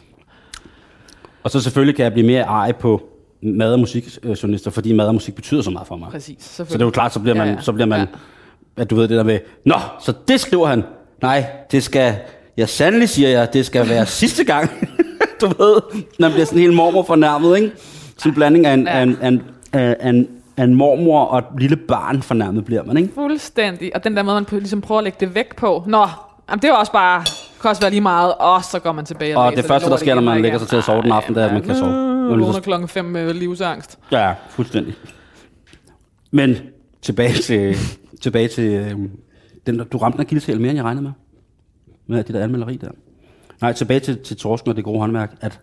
Og så selvfølgelig kan jeg blive mere ej på mad- og musikjournalister, fordi mad og musik betyder så meget for mig. Præcis, Så det er jo klart, så bliver man, Ja, ja. så bliver man Ja. at du ved det der med, nå, så det skriver han. Nej, det skal, jeg sandelig siger jeg, det skal være sidste gang. Du ved, når man bliver sådan helt mormor fornærmet, ikke? Sådan en blanding af en, Ja. af en, af en, af en, af en mormor og et lille barn fornærmet bliver man, ikke? Fuldstændig. Og den der måde, man ligesom prøver at lægge det væk på. Nå, jamen, det er jo også bare... kan også være lige meget, og så går man tilbage og, Og læser det første, der lort sker, når igen, man ikke? lægger sig til at sove den aften, det er, at man kan sove. Øh, Vågner klokken fem med livsangst. Ja, fuldstændig. Men tilbage til, tilbage til øh, den, du ramte den akilleshæl mere, end jeg regnede med. Med det der anmelderi der. Nej, tilbage til, til torsken og det gode håndværk, at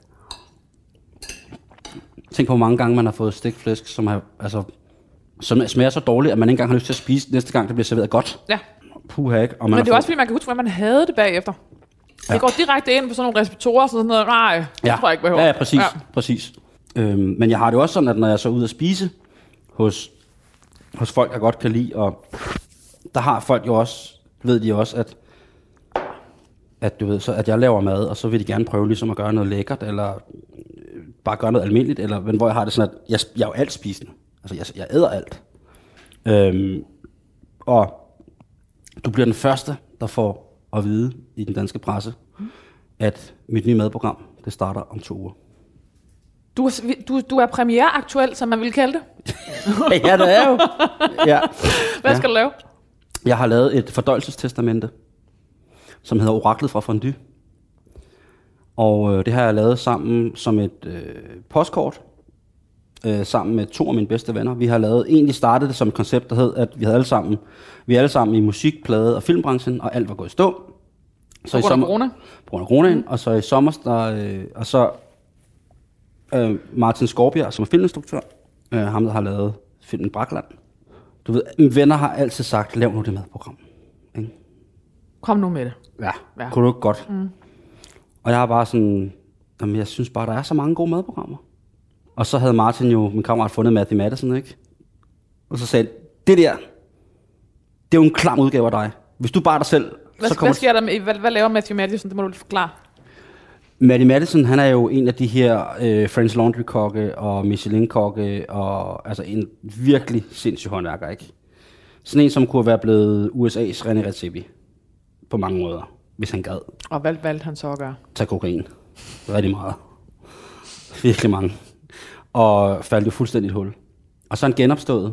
tænk på, hvor mange gange man har fået stegt flæsk, som, har, altså, som smager så dårligt, at man ikke engang har lyst til at spise næste gang, det bliver serveret godt. Ja. Puha, ikke? Og man Men har det er fået- også fordi, man kan huske, hvordan man havde det bagefter. Ja. Det går direkte ind på sådan nogle respiratorer, sådan noget. Nej, det Ja, tror jeg ikke behøver. ja, ja, præcis. Ja. præcis. Øhm, men jeg har det jo også sådan, at når jeg så er ude at spise hos, hos folk, jeg godt kan lide, og der har folk jo også, ved de også, at, at, du ved, så, at jeg laver mad, og så vil de gerne prøve ligesom at gøre noget lækkert, eller øh, bare gøre noget almindeligt, eller, men hvor jeg har det sådan, at jeg, jeg er jo alt spisende. Altså, jeg, jeg æder alt. Øhm, og du bliver den første, der får at vide i den danske presse, at mit nye madprogram, det starter om to uger. Du, er- du, du er premiere-aktuel, som man vil kalde det. Ja, det er jo. Ja. Hvad Ja. skal du lave? Jeg har lavet et fordøjelsestestamente, som hedder Oraklet fra Fondue. Og øh, det har jeg lavet sammen som et øh, postkort, øh, sammen med to af mine bedste venner. Vi har lavet, egentlig startet det som et koncept, der hed, at vi havde alle sammen, vi er alle sammen i musik, plade og filmbranchen, og alt var gået i stå. Så På grund af corona? På grund af coronaen, mm. og så i sommer, der, øh, og så øh, Martin Skorbjerg, som er filminstruktør, øh, ham der har lavet filmen Brakland. Du ved, mine venner har altid sagt, lav nu det madprogram. Ikke? Kom nu med det. Ja, Ja. ja. Kunne du ikke godt? Mm. Og jeg har bare sådan, jamen jeg synes bare, der er så mange gode madprogrammer. Og så havde Martin jo, min kammerat, fundet Matthew Madison, ikke? Og så sagde han, det der, det er jo en klam udgave af dig. Hvis du bare er dig selv, Hvad, så kommer hvad sker der med, hvad, hvad laver Matthew Madison? Det må du lige forklare. Matty Madison, han er jo en af de her øh, French Laundry-kokke og Michelin-kokke, og altså en virkelig sindssyg håndværker, ikke? Sådan en, som kunne være blevet U S A's René Redzepi på mange måder, hvis han gad Og hvad valgte han så at gøre? tage kokain. Rigtig meget. Virkelig mange. Og faldt jo fuldstændig i et hul. Og så er han genopstået.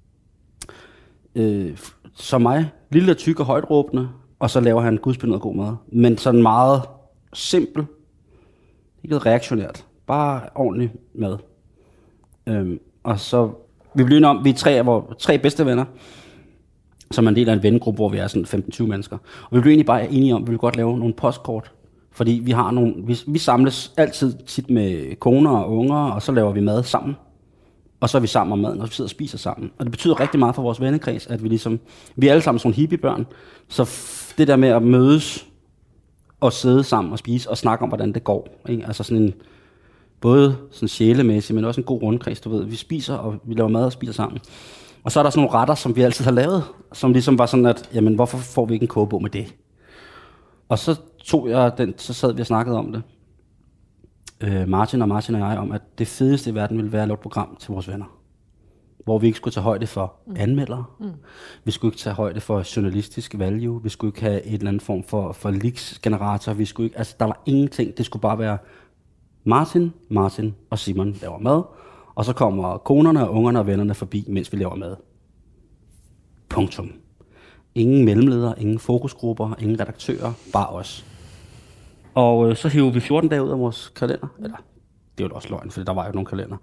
Øh, som mig, lille og tyk og højt råbende, og så laver han gudsbenået god mad. Men sådan meget simpel. Ikke noget reaktionært. Bare ordentlig mad. Øhm, og så, vi bliver enige om, vi er tre af vores tre bedste venner, som er en del af en vennegruppe, hvor vi er sådan femten tyve mennesker. Og vi bliver egentlig bare enige om, at vi vil godt lave nogle postkort. Fordi vi har nogle, vi, vi samles altid tit med koner og unger, og så laver vi mad sammen. og så er vi sammen om maden, og vi sidder og spiser sammen. Og det betyder rigtig meget for vores vennekreds, at vi ligesom, vi er alle sammen sådan hippiebørn, så f- det der med at mødes og sidde sammen og spise og snakke om, hvordan det går, ikke? Altså sådan en, både sådan sjælemæssigt, men også en god rundkreds, du ved. Vi spiser, og vi laver mad og spiser sammen. Og så er der sådan nogle retter, som vi altid har lavet, som ligesom var sådan, at, jamen, hvorfor får vi ikke en kogebog med det? Og så tog jeg den, så sad vi og snakkede om det. Øh, Martin og Martin og jeg, om at det fedeste i verden ville være at lave et program til vores venner. Hvor vi ikke skulle tage højde for anmeldere. Mm. Vi skulle ikke tage højde for journalistisk value. Vi skulle ikke have et eller andet form for, for leaks-generator. Vi skulle ikke, altså, der var ingenting. Det skulle bare være Martin, Martin og Simon laver mad. Og så kommer konerne og ungerne og vennerne forbi, mens vi laver mad. Punktum. Ingen mellemledere, ingen fokusgrupper, ingen redaktører, bare os. Og øh, så hiver vi fjorten dage ud af vores kalender. Eller, det er jo også løgn, for der var jo ikke nogen kalender.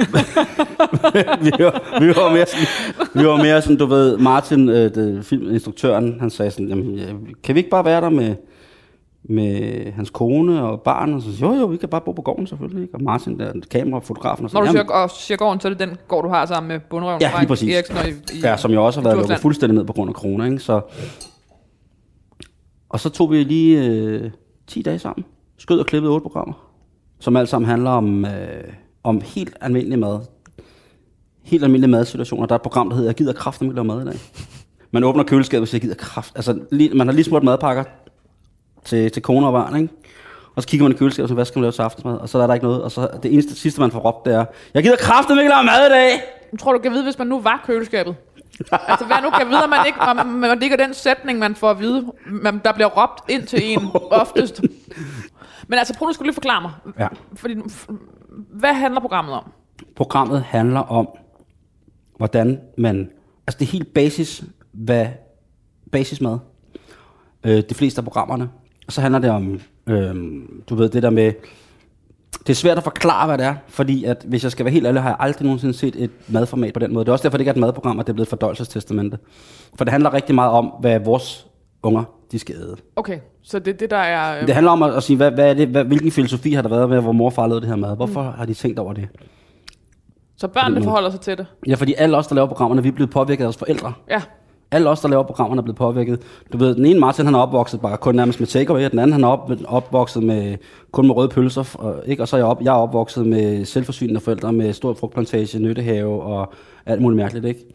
vi, var, vi, var mere sådan, vi var mere sådan, du ved, Martin, øh, det, filminstruktøren, han sagde sådan, jamen, kan vi ikke bare være der med, med hans kone og barn? Og så siger jo, jo, vi kan bare bo på gården selvfølgelig. Ikke? Og Martin, der, kamerafotografen. Og så, når du siger, og siger gården, så er det den gård, du har sammen med Bonderøven? Ja, lige præcis. Eriksen og i, i, ja, som jo også har været lukket fuldstændig ned på grund af corona. Ikke? Så, og så tog vi lige øh, ti dage sammen. Skød og klippede otte programmer. Som alt sammen handler om, øh, om helt almindelig mad. Helt almindelige madsituationer. Der er et program, der hedder, jeg gider kraften med at lave mad i dag. Man åbner køleskabet og siger, jeg gider kraft. Altså, lige, man har lige smurt madpakker til, til koner og barn, ikke? Og så kigger man i køleskabet og siger, hvad skal man lave til aftensmad? Og så er der ikke noget. Og så det eneste sidste, man får råbt, det er, jeg gider kraften med at lave mad i dag! Jeg tror, du kan vide, hvis man nu var køleskabet. Altså, hvad nu kan vide, at man ikke, om, man ikke er den sætning, man får at vide, man, der bliver råbt ind til en oftest. Men altså, prøv nu skulle lige forklare mig. Ja. Fordi, hvad handler programmet om? Programmet handler om, hvordan man... Altså, det er helt basis, hvad basismad. Øh, de fleste af programmerne. Og så handler det om, øh, du ved, det der med... Det er svært at forklare, hvad det er, fordi at, hvis jeg skal være helt ærlig, har jeg aldrig nogensinde set et madformat på den måde. Det er også derfor, det ikke er et madprogram, og det er blevet fordøjelsestestamente. For det handler rigtig meget om, hvad vores unger, de skal æde. Okay, så det er det, der er... Øh... Det handler om at, at sige, hvad, hvad er det, hvad, hvilken filosofi har der været med, hvor mor og far lavede det her mad? Hvorfor mm. har de tænkt over det? Så børnene forholder sig til det? Ja, fordi alle os, der laver programmerne, vi er blevet påvirket af vores forældre. Ja. Alle os, der laver programmerne, er blevet påvirket. Du ved, den ene Martin, han er opvokset bare kun nærmest med takeaway, og den anden, han er op, opvokset med, kun med røde pølser, og, ikke? Og så er jeg, op, jeg er opvokset med selvforsynende forældre, med stor frugtplantage, nyttehave og alt muligt mærkeligt, ikke?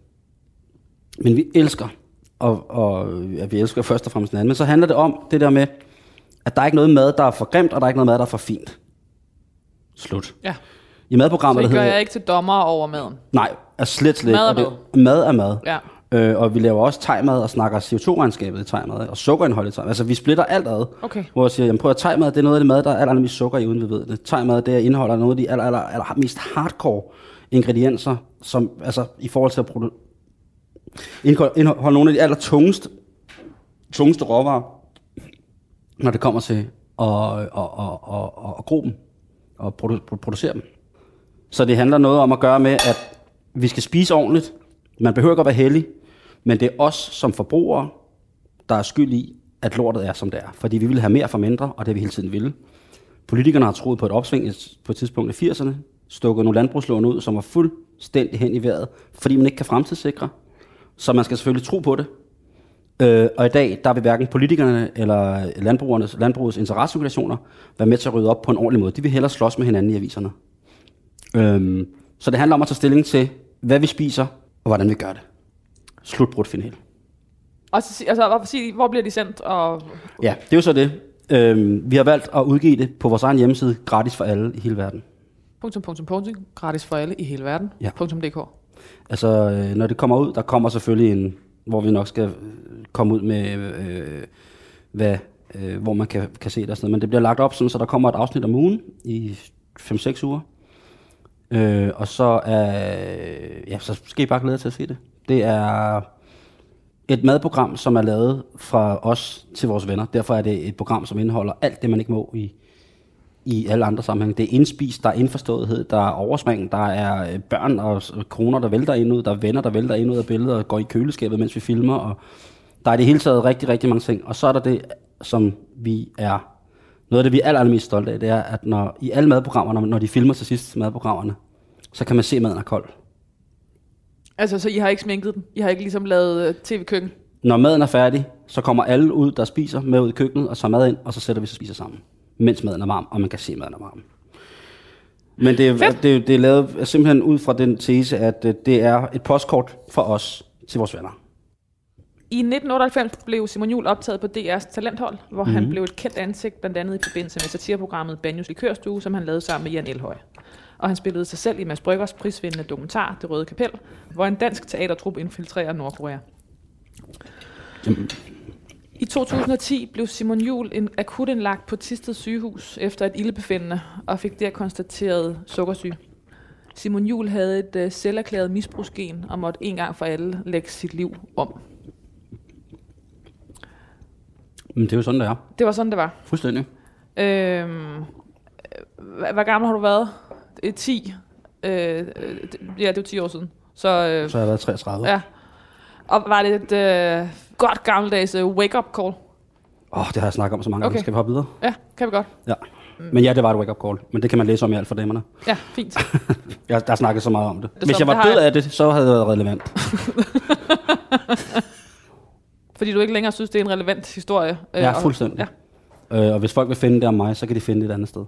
Men vi elsker, og, og ja, vi elsker først og fremmest den anden, men så handler det om det der med, at der er ikke noget mad, der er for grimt, og der er ikke noget mad, der er for fint. Slut. Ja. I madprogrammet, så det gør hedder, jeg ikke til dommer over maden? Nej, er slet slet. Mad er mad. Det, mad er mad. Ja. Øh, og vi laver også thai-mad og snakker C O to-regnskabet i thai-mad, og sukkerindholdet i thai-mad. Altså, vi splitter alt ad. Okay. Hvor jeg siger, jamen prøv at thai-mad, det er noget af det mad, der er aller mest sukker i, uden vi ved det. Thai-mad, det indeholder nogle af de aller, aller, aller mest hardcore ingredienser, som, altså, i forhold til at produ- indeholder nogle af de aller tungeste, tungeste råvarer, når det kommer til at, at, at, at, at, at gro dem og produ- producere dem. Så det handler noget om at gøre med, at vi skal spise ordentligt. Man behøver ikke at være heldig, men det er os som forbrugere, der er skyld i, at lortet er, som det er. Fordi vi vil have mere for mindre, og det vi hele tiden ville. Politikerne har troet på et opsving på et tidspunkt i firserne, stukket nogle landbrugslån ud, som var fuldstændig hen i vejret, fordi man ikke kan fremtidssikre. Så man skal selvfølgelig tro på det. Øh, og i dag, der vil hverken politikerne eller landbrugernes, landbrugets interesseorganisationer være med til at rydde op på en ordentlig måde. De vil hellere slås med hinanden i aviserne. Øh, så det handler om at tage stilling til, hvad vi spiser, og hvordan vi gør det. Slutbrudt final. Og så, altså, hvor bliver de sendt? Og... Ja, det er jo så det. Øhm, vi har valgt at udgive det på vores egen hjemmeside, gratis for alle i hele verden. Punktum, punktum, punktum. Gratis for alle i hele verden. Ja. Punktum dk. Altså, øh, når det kommer ud, der kommer selvfølgelig en, hvor vi nok skal komme ud med, øh, hvad, øh, hvor man kan, kan se det og sådan noget. Men det bliver lagt op sådan, så der kommer et afsnit om ugen i fem seks uger. Øh, og så, er, ja, så skal I bare glæde til at se det. Det er et madprogram, som er lavet fra os til vores venner. Derfor er det et program, som indeholder alt det, man ikke må i, i alle andre sammenhænge. Det er indspist, der er indforståethed, der er overspring, der er børn og kroner, der vælter ind ud, der er venner, der vælter ind ud af billeder og går i køleskabet, mens vi filmer. Og der er det hele taget rigtig, rigtig mange ting. Og så er der det, som vi er... Noget af det, vi er allermest stolte af, det er, at når, i alle madprogrammerne, når de filmer til sidst madprogrammerne, så kan man se, at maden er kold. Altså, så I har ikke sminket den? I har ikke ligesom lavet uh, tv-køkken? Når maden er færdig, så kommer alle ud, der spiser, med ud i køkkenet, og tager mad ind, og så sætter vi sig og spiser sammen, mens maden er varm, og man kan se, at maden er varm. Men det er, det, det er lavet simpelthen ud fra den tese, at det er et postkort for os til vores venner. I nitten otteoghalvfems blev Simon Juul optaget på D R's Talenthold, hvor mm-hmm. han blev et kendt ansigt, blandt andet i forbindelse med satireprogrammet Banjos Likørstue, som han lavede sammen med Jan Elhøj. Og han spillede sig selv i Mads Bryggers prisvindende dokumentar, Det Røde Kapel, hvor en dansk teatertrup infiltrerer Nordkorea. Jamen. I to tusind og ti blev Simon Juul en akut indlagt på Thisted sygehus efter et ildebefindende, og fik der konstateret sukkersyge. Simon Juul havde et uh, selverklæret misbrugsgen og måtte en gang for alle lægge sit liv om. Men det er jo sådan, det er. Det var sådan, det var. Fuldstændig. Øhm, hvor gammel har du været? ti. Øh, ja, det var ti år siden. Så, øh, så har jeg været treogtredive. Ja. Og var det et øh, godt gammeldags uh, wake-up call? Åh, oh, det har jeg snakket om så mange okay. gange. Skal vi hoppe videre? Ja, kan vi godt. Ja. Men ja, det var et wake-up call. Men det kan man læse om i alt for damerne. Ja, fint. jeg, der har snakket så meget om det. det Hvis jeg var død jeg... af det, så havde det været relevant. Fordi du ikke længere synes, det er en relevant historie. Øh, ja, fuldstændig. Ja. Øh, og hvis folk vil finde det om mig, så kan de finde det et andet sted.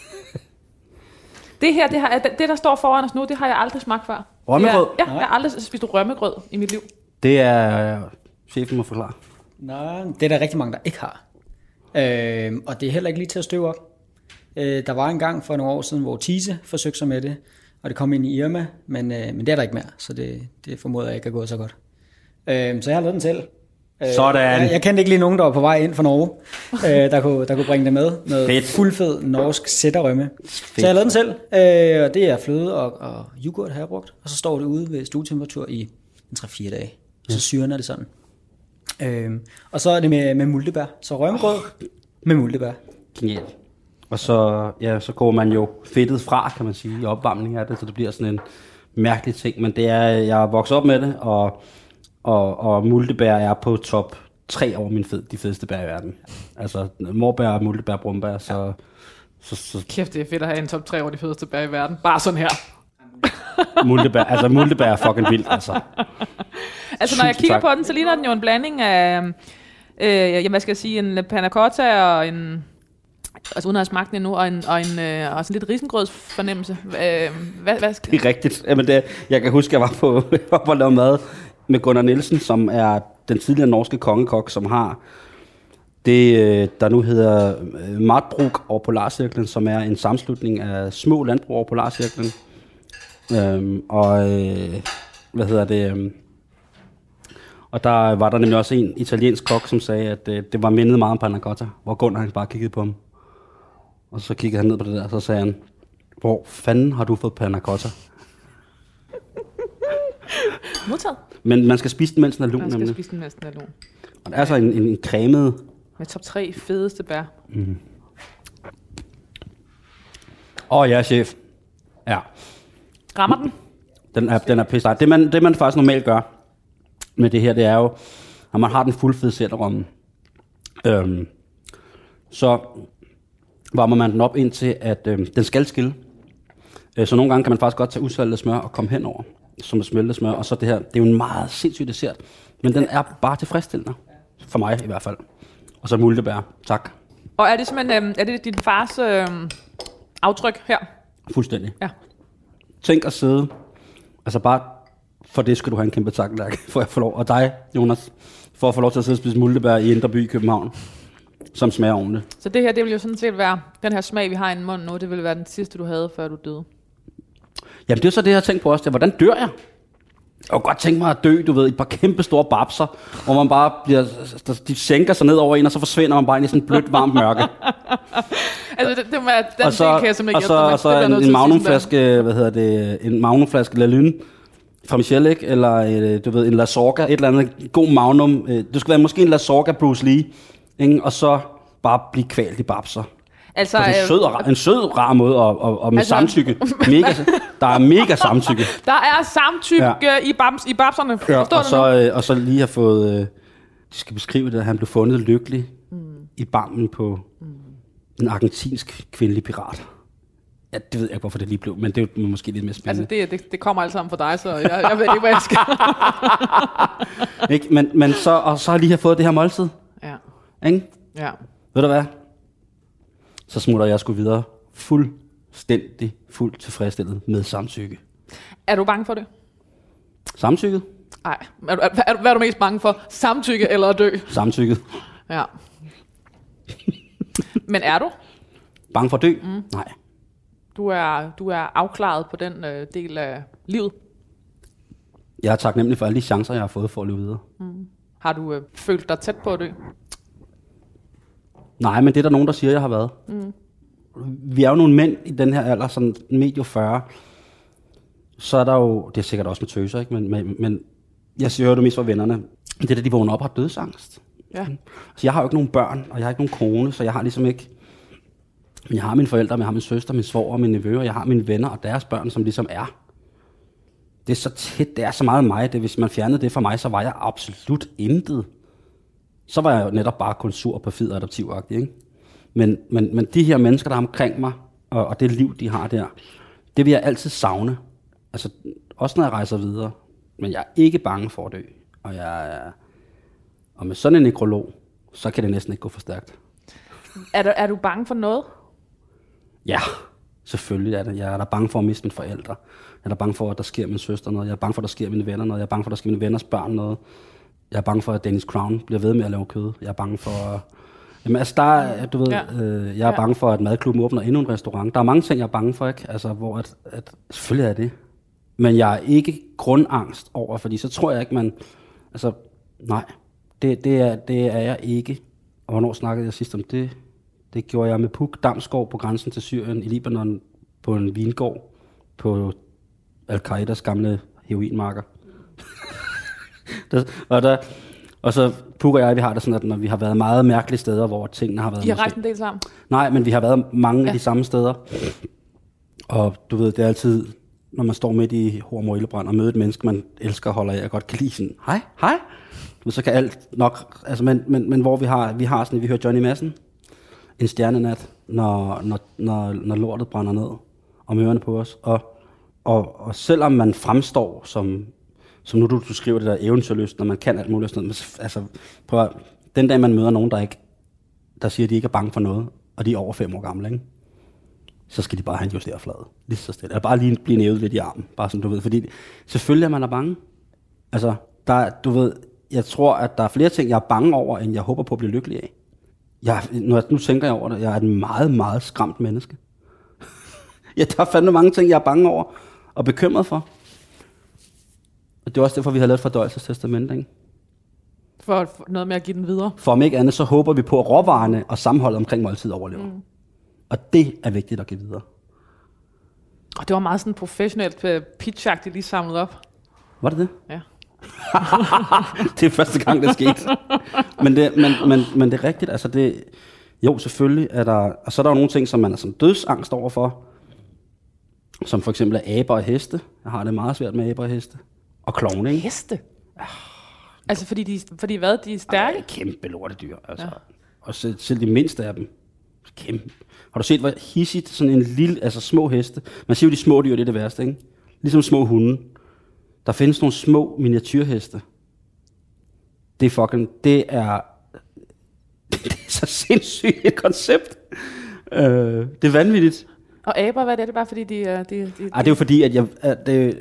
Det her, det, har, det der står foran os nu, det har jeg aldrig smagt før. Rømmegrød? Ja, jeg har aldrig spist rømmegrød i mit liv. Det er chefen må forklare. Nej, det er der rigtig mange, der ikke har. Øh, og det er heller ikke lige til at støve op. Øh, der var en gang for nogle år siden, hvor Tise forsøgte sig med det, og det kom ind i Irma, men, øh, men det er der ikke mere, så det, det formoder jeg ikke er gået så godt. Øh, så jeg har lavet den selv. Sådan. Jeg, jeg kendte ikke lige nogen, der var på vej ind fra Norge, øh, der, kunne, der kunne bringe det med. Noget fuldfed norsk sætterrømme. Så jeg har lavet den selv, øh, og det er fløde og, og yoghurt har jeg brugt. Og så står det ude ved stuetemperatur i tre fire dage. Så syrner det sådan. Øh, og så er det med, med multebær. Så rømmegrød oh. med multebær. Genialt. Og så, ja, så går man jo fedtet fra, kan man sige, i opvarmning af det, så det bliver sådan en mærkelig ting. Men det er, jeg er vokset op med det, og Og, og multebær er på top tre over min fed, de fedeste bær i verden. Altså morbær, multebær, brumbær, så, ja. så, så... Kæft, det er fedt at have en top tre over de fedeste bær i verden. Bare sådan her. multebær, altså multebær er fucking vildt, altså. Altså når jeg kigger på den, så ligner den jo en blanding af, øh, hvad skal jeg sige, en panna cotta og en... Altså uden at have smagt den endnu, og en, og en øh, og sådan lidt risengrøds fornemmelse. Øh, hvad, hvad skal... Det er rigtigt. Jamen det, jeg kan huske, jeg var på, på at lave mad med Gunnar Nielsen, som er den tidligere norske kongekok, som har det, der nu hedder Matbrug over Polarcirklen, som er en sammenslutning af små landbrug over Polarcirklen. Øhm, og øh, hvad hedder det? Øh, og der var der nemlig også en italiensk kok, som sagde, at øh, det var mindet meget om panna cotta, hvor Gunnar han bare kiggede på ham. Og så kiggede han ned på det der, og så sagde han, hvor fanden har du fået panna cotta? Modtaget. Men man skal spise den, mens den er lun. Man skal nemlig. spise den, mens den er lun. Og der er så en, en, en cremet... Med top tre fedeste bær. Mm. Åh oh, ja, chef. Ja. Rammer den? Den er, den er pisse. Det man, det man faktisk normalt gør med det her, det er jo, når man har den fuldfede sætterommen, øhm, så varmer man den op indtil, at øhm, den skal skille. Øh, så nogle gange kan man faktisk godt tage usaltet smør og komme henover, som er smeltet smør. Og så det her, det er jo en meget sindssyg dessert, men den er bare tilfredsstillende. For mig i hvert fald. Og så multebær. Tak. Og er det simpelthen, øh, er det din fars øh, aftryk her? Fuldstændig. Ja. Tænk at sidde, altså bare for det skal du have en kæmpe tak, for at få lov, og dig, Jonas, for at få lov til at sidde og spise multebær i Indre By i København, som smager ordentligt. Så det her, det vil jo sådan set være, den her smag, vi har i munden nu, det ville være den sidste, du havde, før du døde. Jamen det er så det, jeg har tænkt på også, det er, hvordan dør jeg? Jeg kunne godt tænke mig at dø, du ved, i et par kæmpe store babser, hvor man bare bliver, de sænker sig ned over en, og så forsvinder man bare ind i sådan et blødt, varmt mørke. Altså det, det må være, den og så, kan jeg simpelthen og så, og så en, en magnumflaske, hvad hedder det, en magnumflaske La Lune fra Michel, ikke? Eller du ved, en La Sorga, et eller andet god magnum. Det skulle være måske en La Sorga Bruce Lee, ikke? Og så bare blive kvalt i babser. Altså, en, øh, sød, en sød, rar måde, og, og, og med altså, samtykke. Mega, der er mega samtykke. Der er samtykke ja. i, babs, i babserne. Ja, og, så, øh, og så lige har fået, øh, de skal beskrive det, at han blev fundet lykkelig mm. i barmen på mm. en argentinsk kvindelig pirat. Ja, det ved jeg ikke, hvorfor det lige blev, men det er jo måske lidt mere spændende. Altså, det, det, det kommer alt sammen for dig, så jeg, jeg ved ikke, hvad jeg skal. Ikke? Men, men så, og så har jeg lige have fået det her måltid. Ja. Ikke? Ja. Ved du hvad? Så smutter jeg sgu videre fuldstændig fuldt tilfredsstillet med samtykke. Er du bange for det? Samtykket? Nej. Er, er, er, hvad er du mest bange for? Samtykke eller at dø? Samtykket. Ja. Men er du? Bange for at dø? Mm. Nej. Du er, du er afklaret på den øh, del af livet. Jeg er taknemmelig for alle de chancer, jeg har fået for at leve videre. Mm. Har du øh, følt dig tæt på at dø? Nej, men det er der nogen, der siger, jeg har været. Mm. Vi er jo nogle mænd i den her alder, sådan medio fyrre. Så er der jo, det er sikkert også med tøser, ikke? Men, men, men jeg siger jo det mest for vennerne. Det er da de vågner op og har dødsangst. Ja. Så jeg har jo ikke nogen børn, og jeg har ikke nogen kone, så jeg har ligesom ikke... Men jeg har mine forældre, jeg har min søster, min svoger, mine nevøer, jeg har mine venner og deres børn, som ligesom er. Det er så tæt, det er så meget mig, det hvis man fjernede det fra mig, så var jeg absolut intet. Så var jeg jo netop bare kun sur på fed og adoptivagtig, ikke? Men, men, men de her mennesker, der er omkring mig, og, og det liv, de har der, det vil jeg altid savne. Altså, også når jeg rejser videre. Men jeg er ikke bange for at dø. Og, jeg er, og med sådan en nekrolog, så kan det næsten ikke gå for stærkt. Er du, er du bange for noget? Ja, selvfølgelig er det. Jeg er da bange for at miste mine forældre. Jeg er da bange for, at der sker min søster noget. Jeg er bange for, at der sker mine venner noget. Jeg er bange for, at der sker mine venners børn noget. Jeg er bange for, at Dennis Crown bliver ved med at lave kød. Jeg er bange for... Jamen altså, der er, du ved, ja. øh, jeg er bange for, at madklubben åbner endnu en restaurant. Der er mange ting, jeg er bange for, ikke? Altså, hvor at, at selvfølgelig er det. Men jeg er ikke grundangst over, fordi så tror jeg ikke, man... Altså, nej, det, det, er, det er jeg ikke. Og hvornår snakkede jeg sidst om det? Det gjorde jeg med Puk Damsgaard på grænsen til Syrien i Libanon på en vingård på Al-Qaidas gamle heroinmarker. der, og, der, og så Puk og jeg, vi har det sådan, at når vi har været meget mærkelige steder, hvor tingene har været... I har rejst en del sammen? Nej, men vi har været mange ja. af de samme steder. Og du ved, det er altid, når man står midt i Hormorillebrand og møder et menneske, man elsker og holder af, og godt kan lide sådan, hej, hej. Så kan alt nok... Altså, men, men, men hvor vi har, vi har sådan, vi hører Johnny Madsen, En stjernenat, når, når, når, når lortet brænder ned om ørerne på os. Og, og, og selvom man fremstår som, som nu du, du skriver det der eventyrlyst, når man kan alt muligt sådan noget, altså, prøv at, den dag man møder nogen, der, ikke, der siger, at de ikke er bange for noget, og de er over fem år gamle, ikke? Så skal de bare have en justerflade. Lige så stille. Eller bare lige blive nævet lidt i armen, bare sådan du ved. Fordi selvfølgelig er man er bange. Altså, der, du ved, jeg tror, at der er flere ting, jeg er bange over, end jeg håber på at blive lykkelig af. Jeg, når jeg, nu tænker jeg over det, jeg er et meget, meget skræmt menneske. Ja, der er fandme mange ting, jeg er bange over og bekymret for. Og det er også derfor, vi har lavet fordøjelsestestament, ikke? For, for noget med at give den videre? For om ikke andet, så håber vi på, at råvarerne og sammenholdet omkring måltid overlever. Mm. Og det er vigtigt at give videre. Og det var meget sådan professionelt pitch-agtigt lige samlet op. Var det det? Ja. Det er første gang, det er sket. Men det, men, men, men det er rigtigt. Altså det, jo, selvfølgelig er der... Og så er der jo nogle ting, som man er sådan dødsangst overfor. Som for eksempel er aber og heste. Jeg har det meget svært med aber og heste. Og klovne, ikke? Heste? Ja. Altså fordi, de, fordi hvad? De er stærke? Ej, kæmpe lortedyr. Altså. Ja. Og selv, selv de mindste af dem. Kæmpe. Har du set, hvor hissigt sådan en lille... Altså små heste. Man siger jo, de små dyr, det er det værste, ikke? Ligesom små hunde. Der findes nogle små miniatyrheste. Det er fucking... Det er... Det er så sindssygt et koncept. Øh, det er vanvittigt. Og aber, hvad er det? Det er bare fordi, de... de, de, de... Ej, det er jo fordi, at jeg... At det,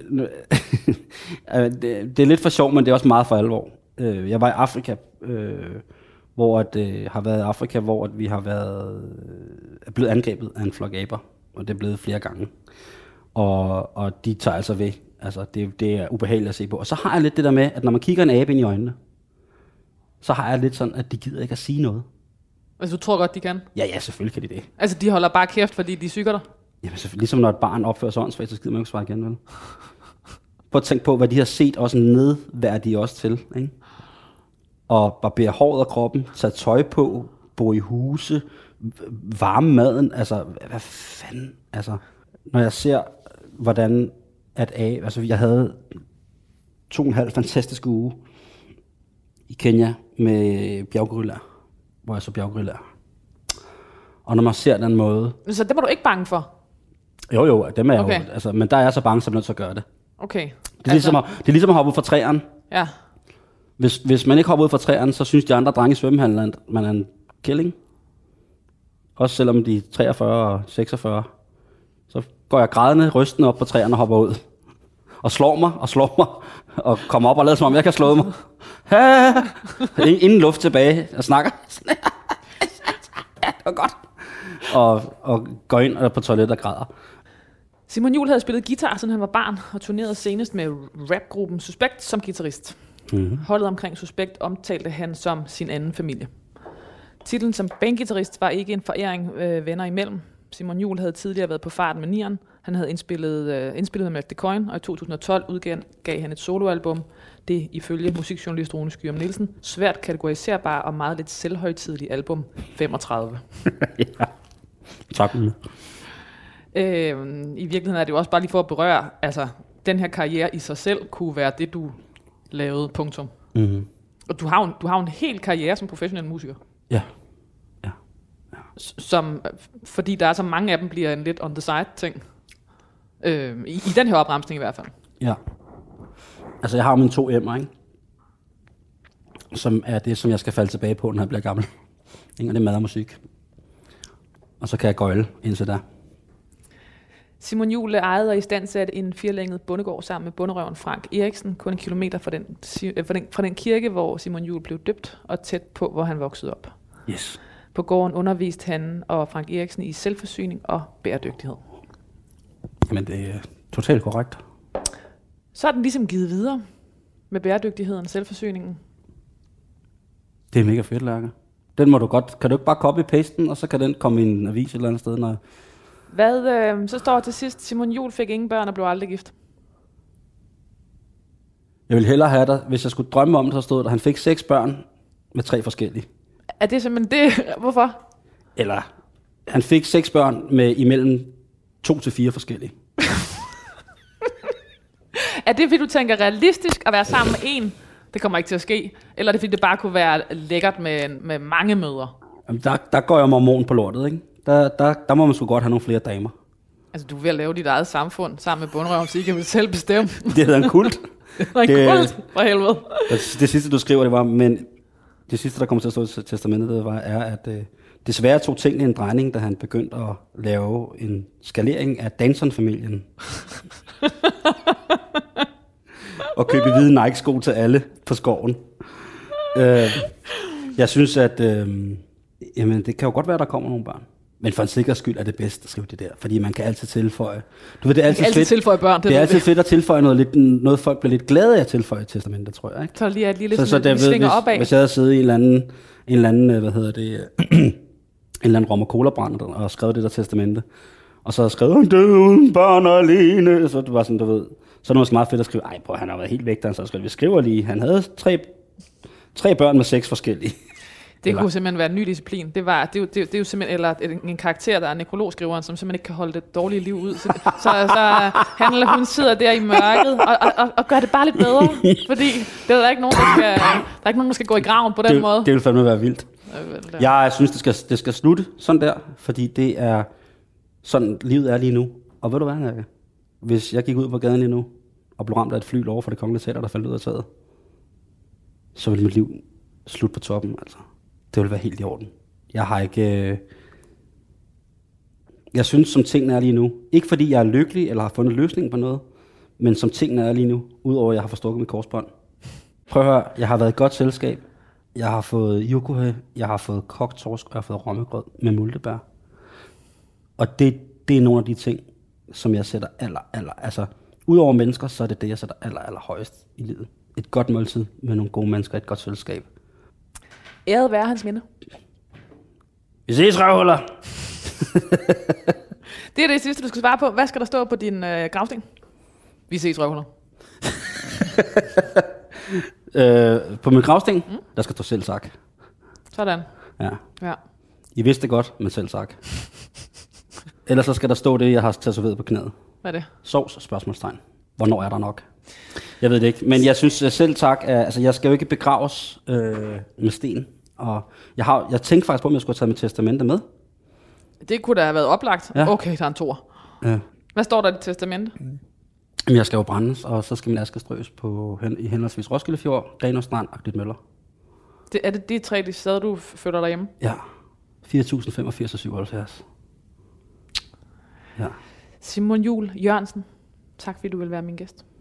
det, det er lidt for sjov, men det er også meget for alvor. Jeg var i Afrika, øh, hvor at, øh, har været i Afrika, hvor at vi har været er blevet angrebet af en flok aber. Og det er blevet flere gange. Og, og de tager altså ved. Altså, det, det er ubehageligt at se på. Og så har jeg lidt det der med, at når man kigger en abe ind i øjnene, så har jeg lidt sådan, at de gider ikke at sige noget. Altså, du tror godt, de kan? Ja, ja, selvfølgelig kan de det. Altså, de holder bare kæft, fordi de syger dig? Jamen, ligesom når et barn opfører sig åndssvagt, så skider man ikke svare igen, vel? Prøv at tænke på, hvad de har set også nedværdige også til, ikke? Og barbere håret af kroppen, tage tøj på, bo i huse, varme maden, altså, hvad fanden, altså, når jeg ser, hvordan at A, altså jeg havde to og en halv fantastiske uge i Kenya med bjerggorillaer, hvor jeg så bjerggorillaer. Og når man ser den måde... Så det var du ikke bange for? Jo, jo, dem er Okay. jo, altså, men der er jeg så bange, så jeg er nødt til at gøre det. Okay. Det er, ligesom at, det er ligesom at hoppe ud fra træerne. Ja. Hvis, hvis man ikke hopper ud fra træerne, så synes de andre drenge i svømmehallen, at man er en killing. Også selvom de er treogfyrre og seksogfyrre. Så går jeg grædende, rystende op på træerne og hopper ud. Og slår mig, og slår mig, og kommer op og lader som om, jeg kan slå mig. Inden luft tilbage, og snakker. Ja, det var godt. Og, og går ind og på toilettet og græder. Simon Jul havde spillet guitar, siden han var barn, og turnerede senest med rapgruppen Suspekt som guitarist. Mm-hmm. Holdet omkring Suspekt omtalte han som sin anden familie. Titlen som bandguitarist var ikke en foræring øh, venner imellem. Simon Jul havde tidligere været på farten med Nieren. Han havde indspillet, øh, indspillet med Mac DeCoin, og i to tusind og tolv udgav han et soloalbum. Det ifølge musikjournalist Rune Skyum Nielsen svært kategoriserbar og meget lidt selvhøjtideligt album femogtredive. Ja, tak. Øh, I virkeligheden er det jo også bare lige for at berøre, altså den her karriere i sig selv kunne være det, du lavede, punktum. Mm-hmm. Og du har, jo, du har jo en hel karriere som professionel musiker. Ja. Ja. Ja. Som, fordi der er så mange af dem, bliver en lidt on the side ting. Øh, i, I den her opremsning i hvert fald. Ja. Altså jeg har mine to emmer, ikke? Som er det, som jeg skal falde tilbage på, når jeg bliver gammel. Og det er mad og musik. Og så kan jeg gøjle indtil da. Simon Jul ejede og istandsatte en firelænget bondegård sammen med bonderøven Frank Eriksen, kun en kilometer fra den, fra, den, fra den kirke, hvor Simon Jul blev døbt, og tæt på, hvor han voksede op. Yes. På gården underviste han og Frank Eriksen i selvforsyning og bæredygtighed. Men det er totalt korrekt. Så er den ligesom givet videre med bæredygtigheden og selvforsyningen. Det er mega fedt, Lærke. Den må du godt, kan du ikke bare copy-paste den, og så kan den komme i en avis et eller andet sted, når... Hvad, øh, så står til sidst, Simon Jul fik ingen børn og blev aldrig gift. Jeg ville hellere have dig, hvis jeg skulle drømme om det, så stod der, at han fik seks børn med tre forskellige. Er det simpelthen det? Hvorfor? Eller, han fik seks børn med imellem to til fire forskellige. Er det, fordi du tænker realistisk at være sammen med en? Det kommer ikke til at ske. Eller er det, fordi det bare kunne være lækkert med, med mange mødre? Jamen, der, der går jeg mormon på lortet, ikke? Der, der, der må man sgu godt have nogle flere damer. Altså, du er ved at lave dit eget samfund sammen med bundrøven, så I kan vel selv bestemme. Det hedder en kult. Det er en det, kult, for helvede. Det, det sidste, du skriver, det var, men det sidste, der kommer til at stå i testamentet, det var, er, at øh, desværre tog tingene en drejning, da han begyndte at lave en skalering af Danson-familien. Og købe hvide Nike-sko til alle på skoven. Øh, jeg synes, at øh, jamen, det kan jo godt være, at der kommer nogle børn. Men for en sikkerheds skyld er det bedst at skrive det der, fordi man kan altid tilføje. Du ved, det er altid, altid fedt, tilføje børn. Det, det er det altid det. fedt at tilføje noget, lidt, noget folk bliver lidt glade af at tilføje i testamentet, tror jeg. Ikke? Så lige et lille så, så sådan, der, svinger hvis, opad. Hvis jeg havde siddet i en eller anden, en eller anden hvad hedder det, en eller anden rom- og cola-brand og skrevet det der testamente, og så havde skrevet, han døde uden børn og alene, så det var sådan, du ved, så er det måske meget fedt at skrive, ej, prøv, han har været helt væk, der så skrev, vi skriver lige, han havde tre, tre børn med seks forskellige. Det kunne simpelthen være en ny disciplin. Det, var, det, er jo, det, er jo, det er jo simpelthen eller en, en karakter, der er nekrologskriveren, som simpelthen ikke kan holde det dårlige liv ud. Så, så, så han eller hun sidder der i mørket og, og, og, og gør det bare lidt bedre. Fordi det er der ikke nogen, der skal, der er ikke nogen, der skal gå i graven på den det, måde. Det vil fandme være vildt. Jeg synes, det skal, det skal slutte sådan der, fordi det er sådan, livet er lige nu. Og ved du hvad, Nærke? Hvis jeg gik ud på gaden lige nu, og blev ramt af et fly over for det kongelige teater, der faldt ud af taget, så ville mit liv slutte på toppen, altså. Det ville være helt i orden. Jeg har ikke... Øh... Jeg synes, som tingene er lige nu, ikke fordi jeg er lykkelig, eller har fundet løsningen på noget, men som tingene er lige nu, udover at jeg har forstukket mit korsbånd. Prøv at høre, jeg har været i godt selskab. Jeg har fået yokohe, jeg har fået kogt torsk, og jeg har fået rommegrød med multebær. Og det, det er nogle af de ting, som jeg sætter aller, aller... Altså, udover mennesker, så er det det, jeg sætter aller, aller højst i livet. Et godt måltid med nogle gode mennesker, et godt selskab. Æret være hans minde. Vi ses, røvhuller! Det er det sidste, du skal svare på. Hvad skal der stå på din øh, gravsten? Vi ses, røvhuller. øh, på min gravsten, mm. der skal stå selv tak. Sådan. Ja. Ja. I vidste det godt, men selv tak. Ellers så skal der stå det, jeg har tatoveret på knæet. Hvad er det? Sovs, spørgsmålstegn. Hvornår er der nok? Jeg ved det ikke, men jeg synes selv tak, er, altså jeg skal jo ikke begraves øh, med sten. Og jeg, har, jeg tænkte faktisk på, om jeg skulle tage mit testamente med. Det kunne da have været oplagt. Ja. Okay, der er en toer. Ja. Hvad står der i dit testamente? Mm. Jamen, jeg skal jo brændes, og så skal min aske strøs på, hen, i henholdsvis Roskilde Fjord, Grenaa Strand og Klitmøller. Det, er det de tre, de steder, du føler dig hjemme? Ja, fire tusind femogfirs og syvoghalvfjerds. Ja. Simon Juhl Jørgensen, tak fordi du vil være min gæst.